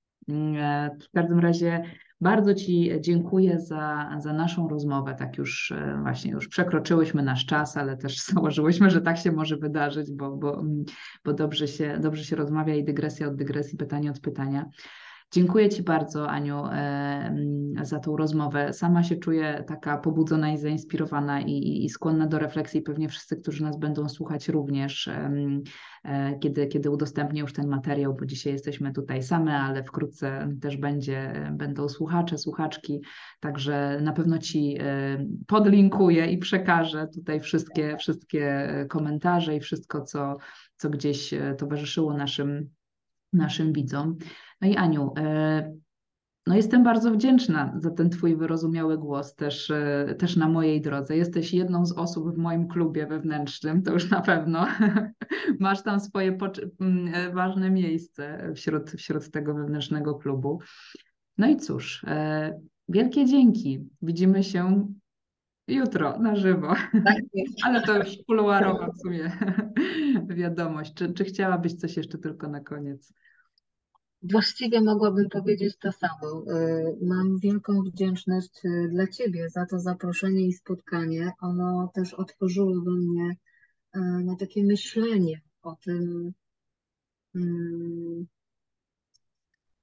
E, W każdym razie bardzo Ci dziękuję za, za naszą rozmowę. Tak już e, właśnie już przekroczyłyśmy nasz czas, ale też założyłyśmy, że tak się może wydarzyć, bo, bo, mm, bo dobrze się, dobrze się rozmawia i dygresja od dygresji, pytanie od pytania. Dziękuję Ci bardzo, Aniu, e, mm, za tą rozmowę. Sama się czuję taka pobudzona i zainspirowana i, i, i skłonna do refleksji. Pewnie wszyscy, którzy nas będą słuchać również, em, e, kiedy, kiedy udostępnię już ten materiał, bo dzisiaj jesteśmy tutaj same, ale wkrótce też będzie, będą słuchacze, słuchaczki. Także na pewno Ci e, podlinkuję i przekażę tutaj wszystkie, wszystkie komentarze i wszystko, co, co gdzieś e, towarzyszyło naszym naszym widzom. No i Aniu, e, no jestem bardzo wdzięczna za ten Twój wyrozumiały głos też, e, też na mojej drodze. Jesteś jedną z osób w moim klubie wewnętrznym, to już na pewno. Masz tam swoje poczy- m, e, ważne miejsce wśród, wśród tego wewnętrznego klubu. No i cóż, e, wielkie dzięki. Widzimy się jutro na żywo, Tak jest. ale to już kuluarowa w sumie wiadomość. Czy, czy chciałabyś coś jeszcze tylko na koniec? Właściwie mogłabym powiedzieć to samo. Y, Mam wielką wdzięczność y, dla Ciebie za to zaproszenie i spotkanie. Ono też otworzyło we mnie y, na takie myślenie o tym, mm,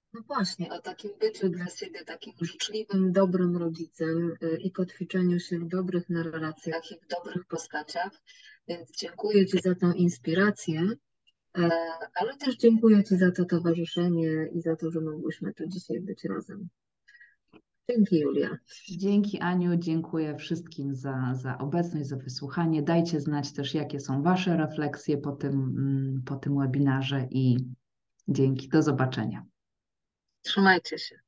No właśnie, o takim byciu dla siebie takim życzliwym, dobrym rodzicem y, i kotwiczeniu się w dobrych narracjach i w dobrych postaciach. Więc dziękuję Ci za tą inspirację, e, ale też dziękuję Ci za to towarzyszenie i za to, że mogłyśmy tu dzisiaj być razem. Dzięki, Julia. Dzięki Aniu, dziękuję wszystkim za, za obecność, za wysłuchanie. Dajcie znać też, jakie są Wasze refleksje po tym, mm, po tym webinarze i dzięki. Do zobaczenia. Trzymajcie się.